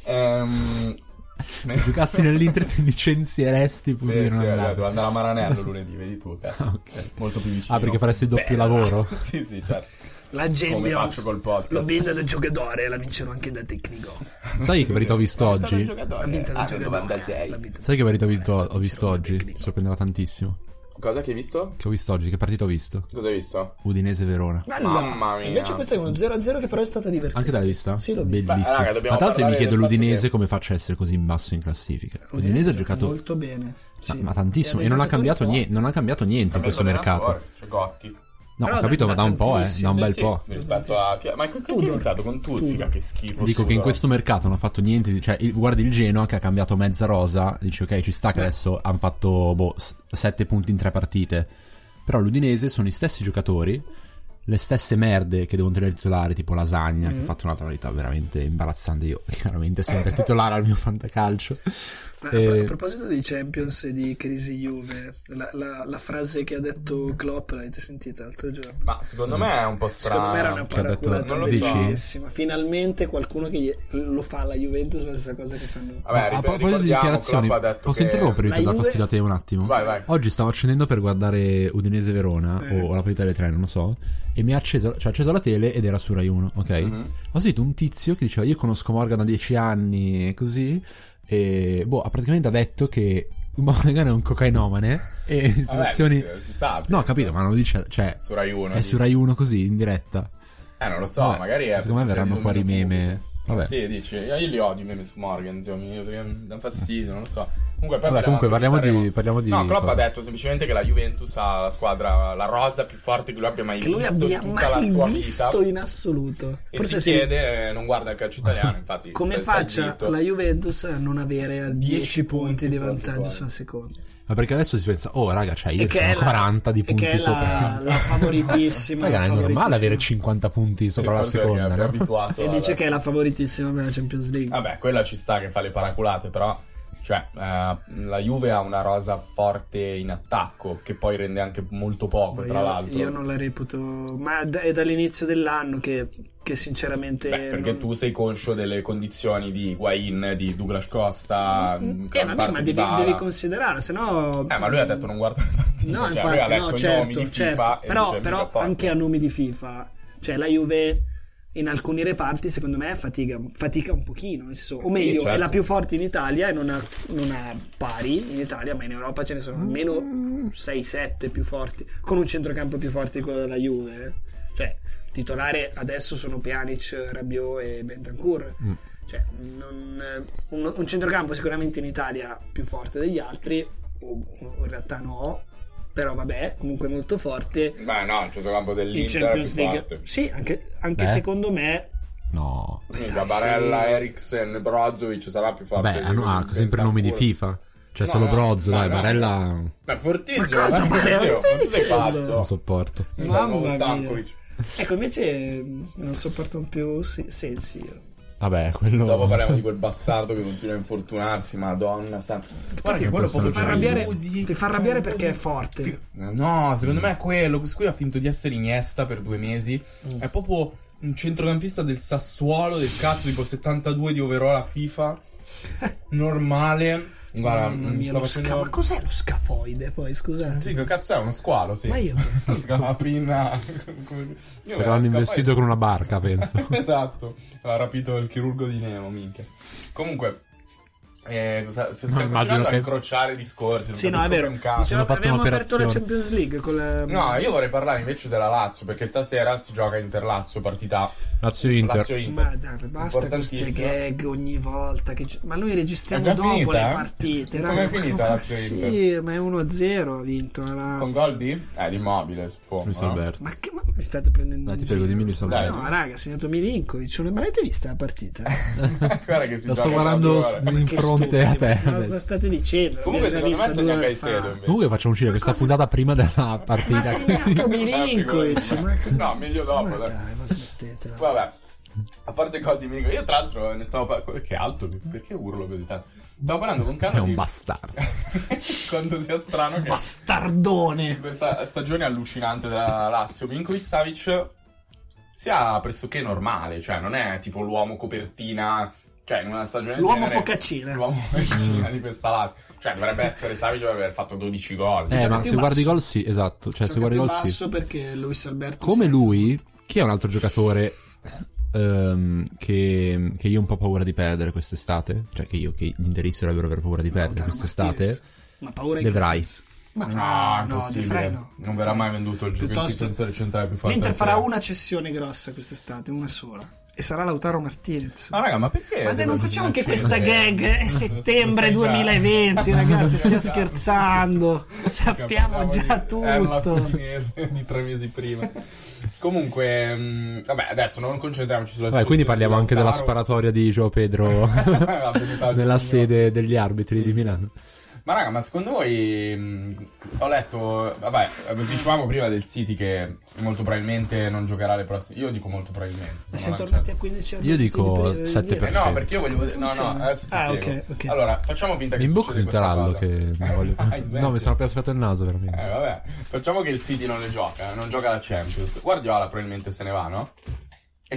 Ehm... Se giocassi nell'Inter ti licenzieresti pure Sì, di sì, non eh, andare. devo andare a Maranello lunedì, vedi tu, cazzo. Ok. Molto più vicino. Ah, perché faresti il doppio Bella. lavoro? Sì, sì, certo. La Come Champions. faccio col podcast. L'ho vinta da giocatore, la vincerò anche da tecnico. Sai che verità ho visto oggi? La vinta da Ah, giocatore. novantasei. l'ha vinta da- Sai che verità ho visto, ho visto vincerò da oggi? tecnico. Sorprenderà tantissimo. Cosa che hai visto? Che ho visto oggi, che partita ho visto? Cosa hai visto? Udinese Verona. Bella. Mamma mia. Invece questa è uno zero a zero che però è stata divertente. Anche te l'hai vista? Sì, l'ho vista. Bellissimo. Beh, raga, dobbiamo Ma tra l'altro mi parlare chiedo del fatto l'Udinese che- come faccia a essere così in basso in classifica. L'Udinese ha giocato molto bene. Sì. Ma, ma tantissimo E e non ha ha dei cambiato giocatori niente, non ha cambiato niente in questo mercato. C'è Gotti. No, Però ho capito, da- ma da un da po', eh, tantissimo. da un Sì, bel sì, po'. rispetto a ma che che ha iniziato con Tuzzica, che schifo. Dico che in scusa. questo mercato non ha fatto niente di, cioè il- guardi il Genoa che ha cambiato mezza rosa, dici ok, ci sta che adesso hanno fatto boh, s- sette punti in tre partite. Però l'Udinese sono gli stessi giocatori, le stesse merde che devono tenere titolari, tipo Lasagna, Mm. che ha fatto una tonalità veramente imbarazzante. Io chiaramente sempre titolare al mio fantacalcio. Ma E- a proposito di Champions e di crisi Juve, la, la- la frase che ha detto Klopp l'avete sentita l'altro giorno? Ma secondo me è un po' strano. Secondo me era una Che ha detto- paraculata non lo so. bellissima. Finalmente qualcuno che gli- lo fa alla Juventus, la stessa cosa che fanno. Vabbè, a rip- proposito di ricordiamo, dichiarazioni, Klopp ha detto posso che- interrompervi La per dar Juve- fastidio a te un attimo? Vai, vai. Oggi stavo accendendo per guardare Udinese Verona Eh. o la partita delle tre, non lo so, e mi ha acceso, cioè, ha acceso la tele ed era su Rai uno, ok? Mhm. Ho sentito un tizio che diceva io conosco Morgan da dieci anni e così, e boh, ha praticamente ha detto che Morgan è un cocainomane e in Vabbè, situazioni... si, si sa. No, ho penso. capito, ma non lo dice, cioè, Su Rai uno. è su Rai uno così, in diretta. Eh, non lo so, Vabbè, magari è secondo me penso sia verranno di fuori dominio meme. pubblico. Vabbè. Sì, dici, io, io li odio i meme su Morgan, cioè, mi, mi danno fastidio, non lo so. Comunque, poi Vabbè, comunque parliamo di, Sanremo. parliamo di No, Klopp cosa. ha detto semplicemente che la Juventus ha la squadra, la rosa più forte che lui abbia mai Che lui visto abbia in tutta la mai sua visto vita. in assoluto. E Forse si sì. chiede, eh, non guarda il calcio italiano, infatti. Come stai faccia zitto. la Juventus a non avere dieci punti punti di sulla vantaggio seconda. sulla seconda? Ma perché adesso si pensa, oh raga, cioè io E che sono è la- quaranta di e punti che è sopra. la, la favoritissima. Raga, la è normale favoritissima. avere cinquanta punti sopra la Forse seconda, è più no? abituato. E alla- dice che è la favoritissima per la Champions League. Vabbè, quella ci sta che fa le paraculate, però cioè eh, la Juve ha una rosa forte in attacco che poi rende anche molto poco, Ma tra io, l'altro. io non la reputo, ma da- è dall'inizio dell'anno che, che sinceramente. Beh, perché non- tu sei conscio delle condizioni di Higuain, di Douglas Costa, Eh, gran vabbè, parte ma di devi, Dybala. devi considerare, se no. Eh, ma lui ha detto non guardo le partite. No, cioè, lui ha infatti, letto no, i certo, nomi di certo. FIFA e Però, dice, però mica forte. anche a nomi di FIFA, cioè la Juve in alcuni reparti secondo me fatica, fatica un pochino, nel senso- o Sì, meglio è certo. la più forte in Italia e non ha, non ha pari in Italia, ma in Europa ce ne sono almeno sei sette più forti, con un centrocampo più forte di quello della Juve, eh. Cioè titolare adesso sono Pjanic, Rabiot e Bentancur. Mm. Cioè, non- un, un centrocampo sicuramente in Italia più forte degli altri, o, o in realtà no, però vabbè, comunque molto forte. Beh, no, il centrocampo In dell'Inter è più Champions League, forte. sì, anche, anche Beh. secondo me. No. Quindi dai, Barella, sì. Eriksen, Brozovic sarà più forte. Vabbè, di- hanno, ha di sempre nomi di Bentancur. FIFA. Cioè No, solo no, Brozzo, no, dai, no. Barella Beh, fortissimo. Ma cosa, eh, Barella? Dio, Che stai ma tu sei dicendo? pazzo. non sopporto. Mamma Nuovo mia. Stankovic. Ecco, invece non sopporto più se- Sensi io. Vabbè, quello... Dopo parliamo di quel bastardo che continua a infortunarsi, madonna santa. Guarda che quello questo proprio Ti fa Cioè, arrabbiare, Giannuzzi, ti fa arrabbiare Giannuzzi. perché è forte. No, secondo me è quello. Questo qui ha finto di essere Iniesta per due mesi. Mm. È proprio un centrocampista del Sassuolo, del cazzo, tipo settantadue di overall a FIFA. Normale. Guarda, Mamma mi mia, sto lo sca- facendo... ma cos'è lo scafoide poi, scusate? Sì, che cazzo è? Uno squalo, sì. Ma io La pinna... come- Io Se l'hanno investito con una barca, penso. Esatto, l'ha rapito il chirurgo di Nemo, minchia. Comunque, eh, cosa- se stiamo immagino continuando che- a incrociare discorsi. non Sì, no, capisco è vero. più un cazzo. Diceva, Hanno fatto abbiamo aperto la un'operazione. Champions League con la... No, io vorrei parlare invece della Lazio, perché stasera si gioca Inter-Lazio, partita Lazio-Inter. Lazio-Inter. Ma dai, basta queste Importantissimo. gag ogni volta che... Ma noi registriamo È già dopo finita, le eh? partite. Come raga. è finita la Lazio-Inter? Sì, ma è uno a zero ha vinto la Lazio. Con gol di? Eh, di Immobile, suppongo, Luis no? Alberto. Ma che ma mi state prendendo Dai, in ti prego, giro? dimmi Luis Dai, Alberto. No, raga, ha segnato Milinkovic. Non l'avete vista la partita? Guarda che si Lo gioca sto guardando quattro ore. in Che fronte a stupidi, te. ma cosa state dicendo? Comunque L'abbiamo secondo me vista segna due ore Caicedo fa. invece. Comunque facciamo uscire questa cosa- puntata prima della Ma ha partita. segnato Milinkovic. ma che- No, meglio dopo, Ma dai. dai, ma smettetela. Vabbè, a parte il gol di Milinkovic, io tra l'altro ne stavo parlando. Perché è alto? Perché urlo così tanto? Stavo parlando con Carlo Sei un di bastardo. quanto sia strano che Bastardone. questa stagione allucinante della Lazio, Milinkovic-Savic sia pressoché normale, cioè non è tipo l'uomo copertina, cioè in una stagione del L'uomo genere- focaccina. l'uomo focaccina di questa Lazio, cioè dovrebbe essere Savic per aver fatto dodici gol. Eh, Gioca ma più se guardi i basso. gol sì, esatto. Cioè, se Gioca guardi i più gol sì. basso perché Luis Alberto Come senza- lui, chi è un altro giocatore ehm, che, che io ho un po' paura di perdere quest'estate? Cioè, che io, che gli interisti dovrebbero aver paura di perdere Lautaro quest'estate? Martinez. Ma paura in De che Vrij. senso? Ma No, no, impossibile. De Vrij no. Non verrà mai venduto il, gio- il Piuttosto- difensore centrale più forte. L'Inter della farà Serie A. una cessione grossa quest'estate, una sola. E sarà Lautaro Martinez. Ma raga, ma perché? Ma dai, non facciamo anche bisogna questa accendere? gag. È settembre Sai già. duemilaventi, ragazzi, stiamo scherzando. Sappiamo Parliamo già di Hellas tutto. Udinese di tre mesi prima. Comunque, mh, vabbè, adesso non concentriamoci sulla Vabbè, quindi parliamo anche della Lautaro. sparatoria di Gio Pedro Avvenuta al nella giugno. sede degli arbitri di Milano. Ma raga, ma secondo voi mh, ho letto, vabbè, dicevamo prima del City che molto probabilmente non giocherà le prossime. Io dico molto probabilmente. Ma sono siamo lanciato. tornati a quindici Io dico di- di- sette per Eh cento. no, perché io voglio vedere. No, no, Funziona. adesso ti Ah, spiego. ok, ok. Allora, facciamo finta che Mi imbocco succede il questa tarallo cosa. che non voglio... Dai, smetti. No, mi sono appena sfiato il naso veramente. Eh, vabbè. Facciamo che il City non le gioca, non gioca la Champions. Guardiola probabilmente se ne va, no? che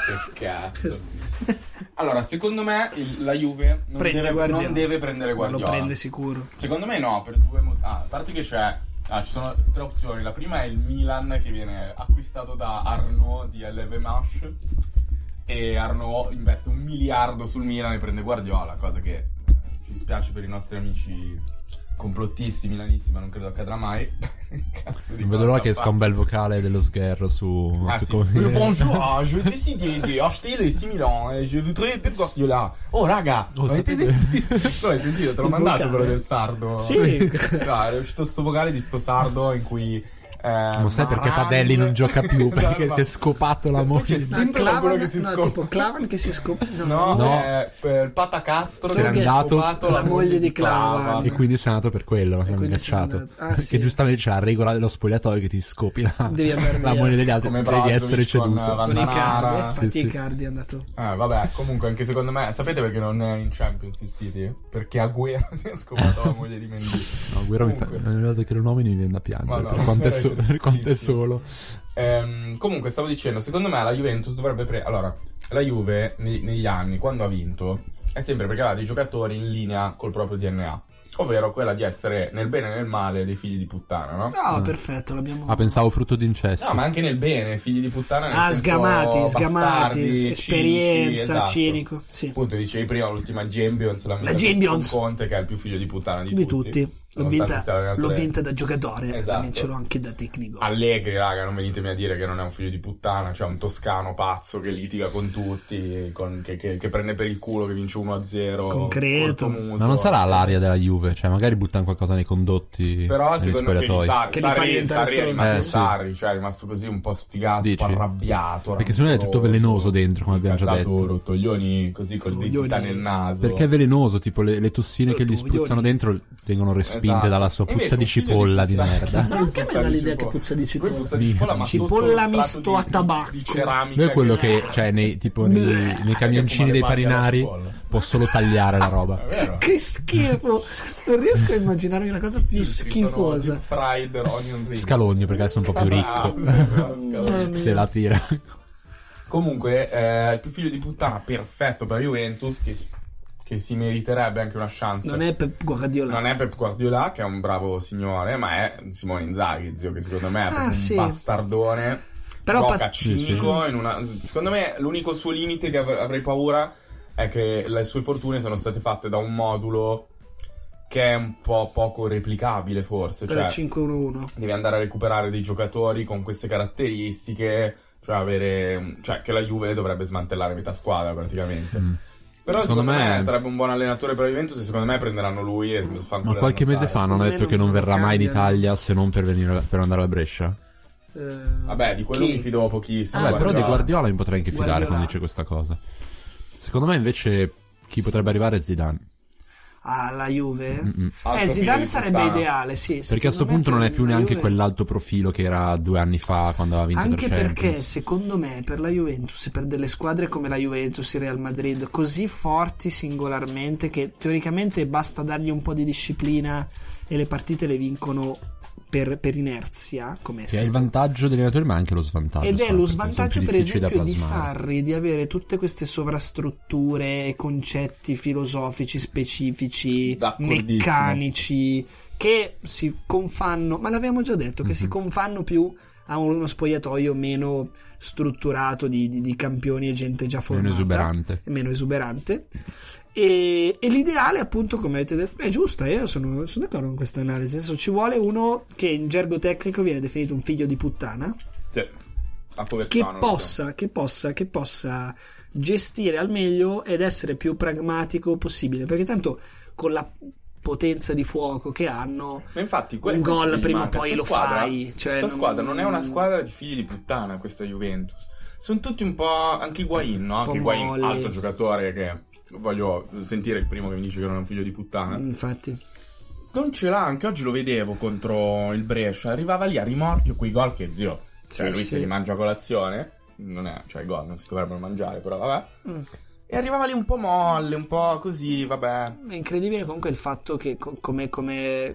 cazzo. Allora, secondo me il- la Juve non Prende deve, Guardiola. non deve prendere Ma lo Guardiola. prende sicuro. Secondo me no, per due motivi. Ah, a parte che c'è. Ah, ci sono tre opzioni. La prima è il Milan che viene acquistato da Arnaud di L V Mash. E Arnaud investe un miliardo sul Milan e prende Guardiola, cosa che eh, ci spiace per i nostri amici complottisti milanisti, ma non credo accadrà mai. Cazzo di Non vedo l'ora cosa che esca fa. un bel vocale dello sgherro su... Ah, su sì. come- Euh, Bonjour, je décidé di acheter le six Milan e je voudrais Pep Guardiola. Oh raga, Oh, avete sapete- sentito? Tu hai sentito? Te l'ho Il mandato vocale. quello del sardo. Sì. No, è uscito sto vocale di sto sardo in cui eh, Non sai perché Varane- Padelli non gioca più, perché No, ma- si è scopato la Poi c'è moglie. sempre Clavan- quello che si no, scopa. tipo Clavan che si scopa. No, No, No. è per Pata Castro Solo che che ha andato scopato la moglie di Clavan. E quindi sei andato per quello, ma sei quindi sei cacciato. andato- ah, Che sì. giustamente c'è la regola dello spogliatoio che ti scopi la, Devi andare la via. moglie degli altri, Come devi Brozovic essere con ceduto. Van Con i Danara. cardi, infatti Sì, i sì. cardi è andato. Eh, vabbè, comunque anche secondo me, sapete perché non è in Champions il City? Perché Agüero si è scopato la moglie di Mendy. No, Guerra mi fa... Comunque. ogni volta che lo nomini mi viene da piangere, Ma no, per quanto è, è so- per quanto è tristissimo. solo. Ehm, comunque stavo dicendo, secondo me la Juventus dovrebbe pre- allora, la Juve ne- negli anni quando ha vinto è sempre perché aveva dei giocatori in linea col proprio D N A, ovvero quella di essere nel bene e nel male dei figli di puttana, no? No, perfetto, l'abbiamo. Ah, pensavo frutto d'incesto. No, ma anche nel bene, figli di puttana nel Ah, senso sgamati, sgamati, bastardi, cinici, esperienza, esatto. cinico. Sì. Appunto, dicevi prima l'ultima Champions, la, La Champions. con Conte che è il più figlio di puttana di, Di tutti. L'ho nonostante vinta, sia l'allenatore. l'ho vinta da giocatore, Esatto. da vincerò anche da tecnico. Allegri, raga, non venitemi a dire che non è un figlio di puttana, cioè un toscano pazzo che litiga con tutti, con- che, che- che prende per il culo, che vince uno a zero. Concreto. cortomuso. Ma non sarà l'aria della Juve, cioè magari buttano qualcosa nei condotti, Però negli secondo me spogliatoi. Sarri, Che li fa Sarri, diventare Sarri è rimasto stronzi. Eh, sì. Sarri, cioè è rimasto così un po' sfigato, Dici? un po' arrabbiato. Perché secondo me è tutto velenoso dentro, come abbiamo già incazzato, detto. rotoglioni così col Rotoglioni. dita nel naso. Perché è velenoso, tipo le, le tossine che gli Rotoglioni. spruzzano dentro vengono respinte Esatto. dalla sua Invece puzza di un figlio cipolla di puttana- merda. Ma anche a me Puzza dà di l'idea che cipolla. puzza di cipolla. Poi puzza di cipolla, ma Cipolla sotto lo strato misto di- a tabacco. di ceramica. Lui è quello che, cioè, nei, tipo, nei, nei camioncini dei Che fuma le paninari paglie alla cipolla. può solo tagliare la roba. È vero. Che schifo! Non riesco a immaginarmi una cosa più Sono schifosa. deep fried onion rings. Scalogno, perché adesso è un po' più Ah, ricco. scalogno. Se la tira. Comunque, eh, il più figlio di puttana perfetto per la Juventus, che, che si meriterebbe anche una chance. Non è Pep Guardiola. Non è Pep Guardiola, che è un bravo signore, ma è Simone Inzaghi, zio, che secondo me è Ah, proprio sì. un bastardone. Però gioca pas- cinico. In una... Secondo me l'unico suo limite che av- avrei paura è che le sue fortune sono state fatte da un modulo che è un po' poco replicabile, forse. Per Cioè, il cinque uno uno. devi andare a recuperare dei giocatori con queste caratteristiche, cioè avere, cioè che la Juve dovrebbe smantellare metà squadra praticamente. Mm. Però Secondo secondo, me... me- sarebbe un buon allenatore per la Juventus e secondo me prenderanno lui e fanno Ma qualche mese fa non Secondo ha me detto non- che non non verrà mai in cambiano. Italia se non per, venire, per andare a Brescia. Eh, Vabbè, di quello chi? mi fido pochissimo. Vabbè, però di Guardiola. Guardiola mi potrei anche fidare Guardiola. quando dice questa cosa. Secondo me invece chi potrebbe arrivare è Zidane. alla Juve? Mm-mm. Altro Eh, figlio Zidane di sarebbe puttana. ideale, sì. Perché a sto secondo me punto non è per più la neanche Juve- quell'alto profilo che era due anni fa quando aveva vinto Anche tre perché Champions. secondo me per la Juventus e per delle squadre come la Juventus, il Real Madrid, così forti singolarmente che teoricamente basta dargli un po' di disciplina e le partite le vincono per, per inerzia, come è Che è il stato. vantaggio degli allenatori ma anche lo svantaggio. Ed è sai, lo perché sono svantaggio più per difficili da esempio di plasmare. Sarri di avere tutte queste sovrastrutture e concetti filosofici specifici, D'accordissimo. meccanici che si confanno, ma l'abbiamo già detto, che Mhm. si confanno più a uno spogliatoio meno strutturato di, di, di campioni e gente già formata, Meno esuberante. meno esuberante E, e l'ideale, appunto, come avete detto, è giusta, io sono, sono d'accordo con questa analisi. Adesso ci vuole uno che in gergo tecnico viene definito un figlio di puttana, Sì. che possa, che possa, che possa gestire al meglio ed essere più pragmatico possibile, perché tanto con la potenza di fuoco che hanno, Ma infatti que- un questo gol gli prima o manca. poi Sta lo squadra, fai. Cioè, Questa non- squadra non è una squadra di figli di puttana, questa Juventus. Sono tutti un po'. Anche Higuain, no? Anche Higuain, molli. altro giocatore che voglio sentire il primo che mi dice che non è un figlio di puttana. Infatti, Non ce l'ha, anche oggi lo vedevo contro il Brescia. Arrivava lì a rimorchio quei gol che zio. Cioè, Sì, lui sì. se li mangia a colazione. Non è, cioè, i gol non si dovrebbero mangiare, però vabbè. Mm. E arrivava lì un po' molle, un po' così, vabbè. è incredibile comunque il fatto che co- come, come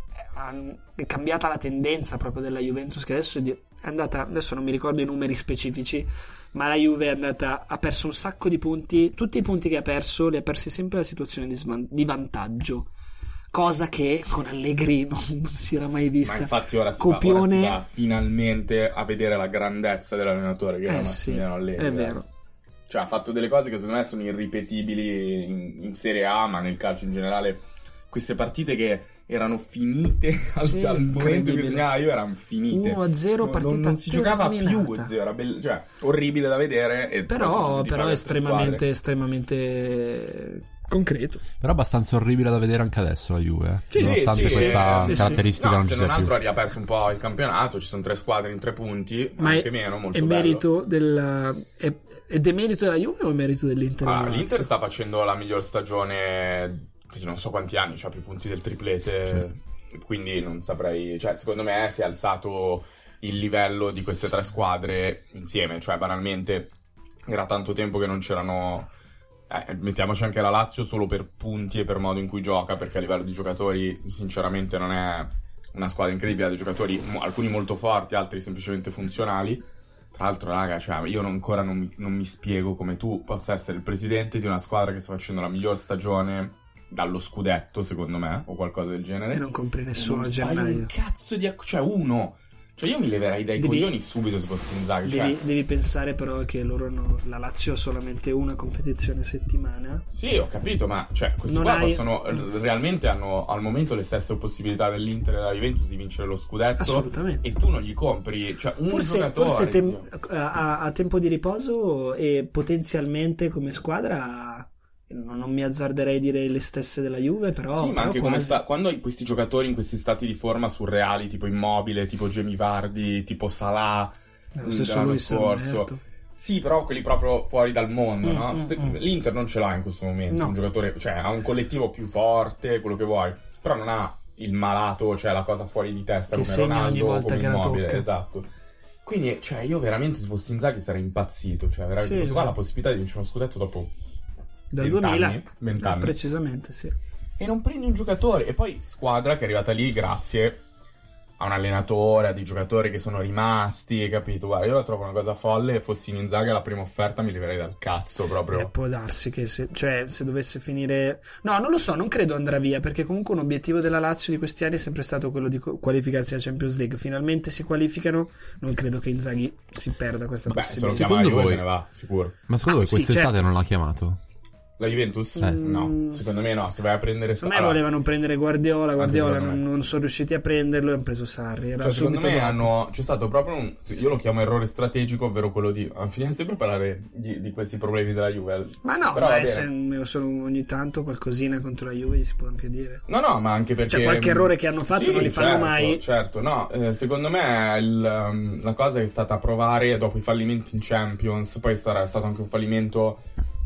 han- è cambiata la tendenza proprio della Juventus, che adesso è di- è andata, adesso non mi ricordo i numeri specifici, ma la Juve è andata, ha perso un sacco di punti, tutti i punti che ha perso li ha persi sempre nella situazione di, svan- di vantaggio, cosa che con Allegri non, non si era mai vista. Ma infatti ora si, va, ora Copione, si va finalmente a vedere la grandezza dell'allenatore che eh era sì, Massimiliano Allegri. è vero. Cioè ha fatto delle cose che secondo me sono irripetibili in, in Serie A, ma nel calcio in generale. Queste partite che erano finite al, Sì, al momento in cui incredibile. segnava io erano finite. uno a zero Non- partita non, non si giocava terminata. più zio, era bell- cioè, orribile da vedere. E Però, soprattutto se però tifavi è altre estremamente, squadre. estremamente concreto. Però abbastanza orribile da vedere anche adesso la Juve, eh. Sì, nonostante sì, questa sì, sì. caratteristica No, non se ci non sia altro più. ha riaperto un po' il campionato, ci sono tre squadre in tre punti, Ma anche è, meno, molto è bello. merito della è, è demerito della Juve o è merito dell'Inter? Ah, e della l'Inter Lazio? sta facendo la miglior stagione di non so quanti anni, c'ha più punti del triplete, quindi non saprei, cioè secondo me si è alzato il livello di queste tre squadre insieme, cioè banalmente era tanto tempo che non c'erano, eh, mettiamoci anche la Lazio solo per punti e per modo in cui gioca, perché a livello di giocatori sinceramente non è una squadra incredibile, ha dei giocatori mo- alcuni molto forti, altri semplicemente funzionali. Tra l'altro, raga, cioè, io non- ancora non mi, non mi spiego come tu possa essere il presidente di una squadra che sta facendo la miglior stagione dallo scudetto, secondo me, o qualcosa del genere. E non compri nessuno non a fai gennaio. un cazzo di... acc- cioè, uno... Cioè, io mi leverei dai Devi- coglioni subito se fossi Inzaghi, cioè... Devi, devi pensare però che loro hanno, la Lazio ha solamente una competizione a settimana. Sì, ho capito, ma cioè, questi Non qua hai- possono... Realmente hanno al momento le stesse possibilità dell'Inter e della Juventus di vincere lo scudetto. Assolutamente. E tu non gli compri... Cioè, un Forse, giocatore... forse tem- zio. a, a tempo di riposo e potenzialmente come squadra non, non mi azzarderei a dire le stesse della Juve, però, Sì, ma però anche come quasi. sta, quando hai questi giocatori in questi stati di forma surreali, tipo Immobile, tipo Jamie Vardy, tipo Salah, Lo mh, stesso dell'anno Luis scorso. Alberto. Sì, però quelli proprio fuori dal mondo, Mm, no? mm, Ste- mm. L'Inter non ce l'ha in questo momento, No. un giocatore, cioè ha un collettivo più forte, quello che vuoi, però non ha il malato, cioè la cosa fuori di testa Che come segna Ronaldo ogni o volta come che la Immobile, tocca. esatto. Quindi, cioè, io veramente se fossi Inzaghi sarei impazzito, cioè veramente Sì, questo qua ha sì. la possibilità di vincere uno scudetto dopo Dal venti duemila, anni, venti anni. precisamente, sì. E non prendi un giocatore. E poi squadra che è arrivata lì grazie a un allenatore, a dei giocatori che sono rimasti, capito? Guarda, io la trovo una cosa folle. E fossi in Inzaghi alla prima offerta mi leverei dal cazzo proprio. Eh, può darsi che se, cioè, se dovesse finire... No, non lo so, non credo andrà via, perché comunque un obiettivo della Lazio di questi anni è sempre stato quello di co- qualificarsi alla Champions League. Finalmente si qualificano, non credo che Inzaghi si perda questa Beh, se lo possibilità. chiama la Secondo Juve voi- se ne va, sicuro. Ma secondo voi Sì, quest'estate certo. non l'ha chiamato? La Juventus? Eh. No, secondo me no. Se vai a prendere... A me allora, volevano prendere Guardiola, Guardiola secondo non, me. non sono riusciti a prenderlo e hanno preso Sarri. Era Cioè, secondo subito me dopo. hanno, c'è stato proprio un... Io lo chiamo errore strategico, ovvero quello di... Finiamo sempre a parlare di, di questi problemi della Juve. Ma no, Però va beh, bene. se solo ogni tanto qualcosina contro la Juve si può anche dire. No, no, ma anche perché... Cioè, qualche errore che hanno fatto Sì, non li fanno certo, mai. Certo, no, eh, secondo me il, um, la cosa che è stata provare dopo i fallimenti in Champions, poi sarà è stato anche un fallimento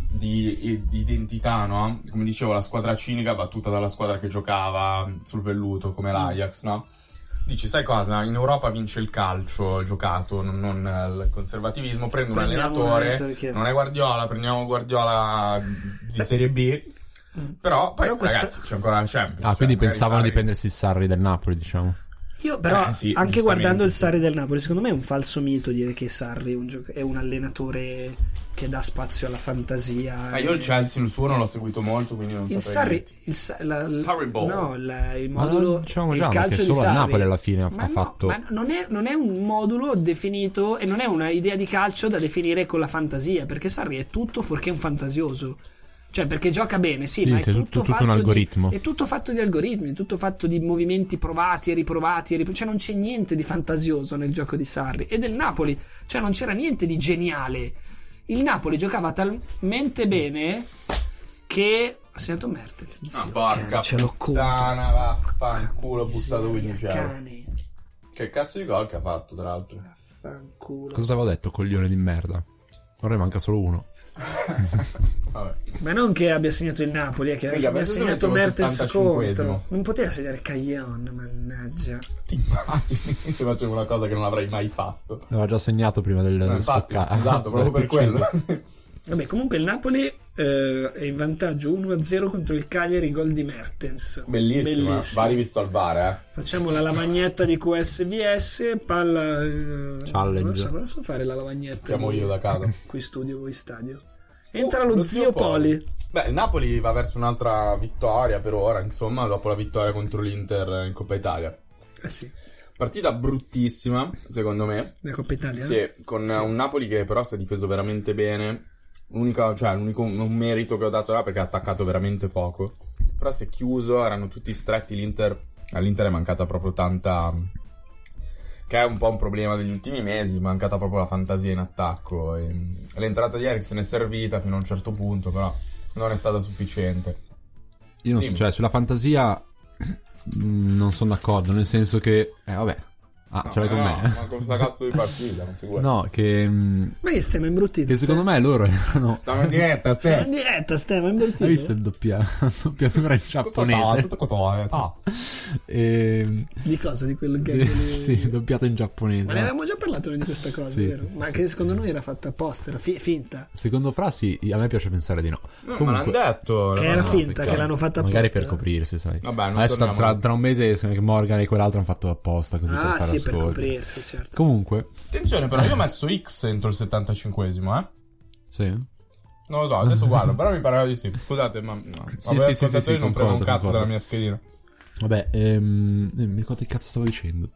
di, di identità, no? Come dicevo, la squadra cinica battuta dalla squadra che giocava sul velluto, come l'Ajax, no? Dici, sai cosa? In Europa vince il calcio giocato, non, non il conservativismo. Prendo un Prendiamo un allenatore, allenatore che- non è Guardiola, prendiamo Guardiola di Serie B. Però poi, Però questa- ragazzi, c'è ancora la Champions. Ah, cioè, quindi magari pensavano di Sarri- prendersi il Sarri del Napoli, diciamo. Io però, Eh, sì, anche giustamente, guardando il sì. Sarri del Napoli, secondo me è un falso mito dire che Sarri è un, gioc- è un allenatore che dà spazio alla fantasia. Eh, io il e- Chelsea, il suo non l'ho seguito molto, quindi non Il saprei Sarri, il, Sa- la- il- Sarri Bowl. no, la- il Ma modulo, non diciamo il già, calcio perché di solo a Sarri. Napoli alla fine ha ma no, fatto- ma non è, non è un modulo definito e non è una idea di calcio da definire con la fantasia, perché Sarri è tutto fuorché un fantasioso. Cioè, perché gioca bene, sì, Sì, ma è sì, è tutto, tutto- tutto fatto un algoritmo. Di, è tutto fatto di algoritmi, è tutto fatto di movimenti provati e riprovati, e ripro- cioè non c'è niente di fantasioso nel gioco di Sarri. E del Napoli, cioè non c'era niente di geniale. Il Napoli giocava talmente bene che ha segnato Mertens, zio, Ah, porca cane, ce l'ho conto. puttana, vaffanculo, buttato qui in cielo. Cane, Che cazzo di gol che ha fatto, tra l'altro? vaffanculo. Cosa ti avevo detto, coglione di merda? Ora ne manca solo uno. Vabbè. Ma non che abbia segnato il Napoli, è che Mica, abbia penso segnato che mettevo Mertens sessantacinquesimo. contro. Non poteva segnare Caglion, mannaggia. Ti immagini se facevo una cosa che non avrei mai fatto? L'aveva già segnato prima del, No, del infatti, stoccato. esatto, proprio per quello. Vabbè, comunque il Napoli eh, è in vantaggio uno a zero contro il Cagliari, gol di Mertens. Bellissimo, eh. va rivisto al bar, eh. Facciamo la lavagnetta di Q S V S, palla eh, Challenge. Non so, non so fare la lavagnetta. Chiamo di- io da casa. Qui studio, voi stadio. Entra lo, lo zio zio Poli. Beh, il Napoli va verso un'altra vittoria per ora, insomma, dopo la vittoria contro l'Inter in Coppa Italia. Eh sì, Partita bruttissima, secondo me. la Coppa Italia. Sì, con Sì. un Napoli che però si è difeso veramente bene. L'unica, cioè, l'unico un merito che ho dato là perché ha attaccato veramente poco. Però si è chiuso, erano tutti stretti. L'Inter, all'Inter è mancata proprio tanta. Che è un po' un problema degli ultimi mesi, è mancata proprio la fantasia in attacco. E l'entrata di Eriksen è servita fino a un certo punto, però non è stata sufficiente. Io non so, Dimmi. cioè, sulla fantasia mh, non sono d'accordo, nel senso che... Eh, vabbè. Ah, No, ce l'hai con no, me? Ma con questa cazzo di partita, non figurati. No, che... mh, Ma che stiamo imbruttito? che secondo me loro erano... Stiamo in diretta, Siamo stai. in diretta, stiamo imbruttito. Hai visto il doppia, doppiatura in giapponese? E... Di cosa? Di quel gag lì? Sì, doppiata in giapponese. Ma ne avevamo già parlato noi di questa cosa, Sì, vero? sì, Ma sì, che sì. secondo noi era fatta apposta, era fi- finta. Secondo Frassi, a me piace pensare di no. No, Comunque- ma l'hanno detto. Che l'hanno era detto. finta, che l'hanno fatta apposta. Magari per coprirsi, sai. Vabbè, non Adesso tra, torniamo- tra, tra un mese sembra che Morgan e quell'altro hanno fatto apposta così per Ah, fare sì, per ascolti. coprirsi, certo. Comunque, Attenzione, però io ho messo X entro il settantacinquesimo, eh. sì. Non lo so, adesso guardo, però mi pareva di sì. Scusate, ma no. Sì, Vabbè, sì, sì, sì, sì, non frega un concordo, cazzo concordo. della mia schedina. Vabbè, ehm, eh, mi ricordo che cazzo stavo dicendo.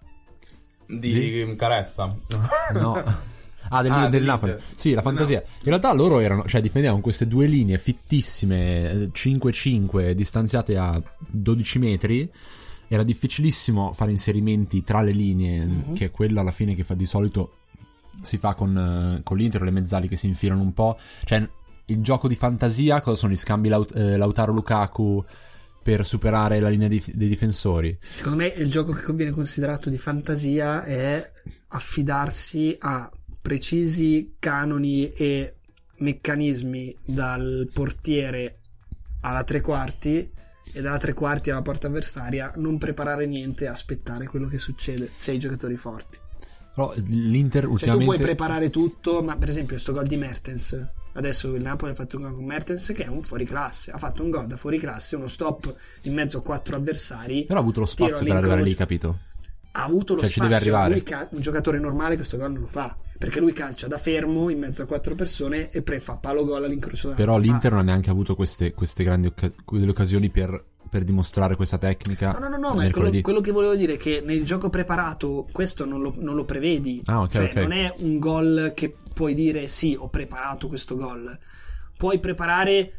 Di Caressa. No. Ah, del, Ah, del dell'Inter. Napoli. Sì, la fantasia. In realtà loro erano, cioè difendevano queste due linee fittissime, eh, cinque cinque, distanziate a dodici metri. Era difficilissimo fare inserimenti tra le linee, Mhm. che è quella alla fine che fa di solito si fa con, eh, con l'Inter, le mezzali che si infilano un po'. Cioè, il gioco di fantasia, cosa sono gli scambi Laut- eh, Lautaro-Lukaku per superare la linea di- dei difensori? Secondo me il gioco che viene considerato di fantasia è affidarsi a precisi canoni e meccanismi dal portiere alla tre quarti e dalla tre quarti alla porta avversaria, non preparare niente e aspettare quello che succede se hai giocatori forti. Però l'Inter Cioè tu ultimamente... puoi preparare tutto, ma per esempio questo gol di Mertens, adesso il Napoli ha fatto un gol con Mertens che è un fuoriclasse, ha fatto un gol da fuoriclasse, uno stop in mezzo a quattro avversari, Però ha avuto lo tiro spazio per arrivare lì, all'incrocio. capito? Ha avuto lo Cioè, ci spazio, deve arrivare. lui cal- un giocatore normale questo gol non lo fa, perché lui calcia da fermo in mezzo a quattro persone e pre fa palo gol all'incrocio della Però parte. l'Inter non ha neanche avuto queste, queste grandi occa- delle occasioni per, per dimostrare questa tecnica. No, no, no, no, ma quello, mercoledì. quello che volevo dire è che nel gioco preparato questo non lo, non lo prevedi. Ah, ok, cioè, ok. non è un gol che puoi dire sì, ho preparato questo gol. Puoi preparare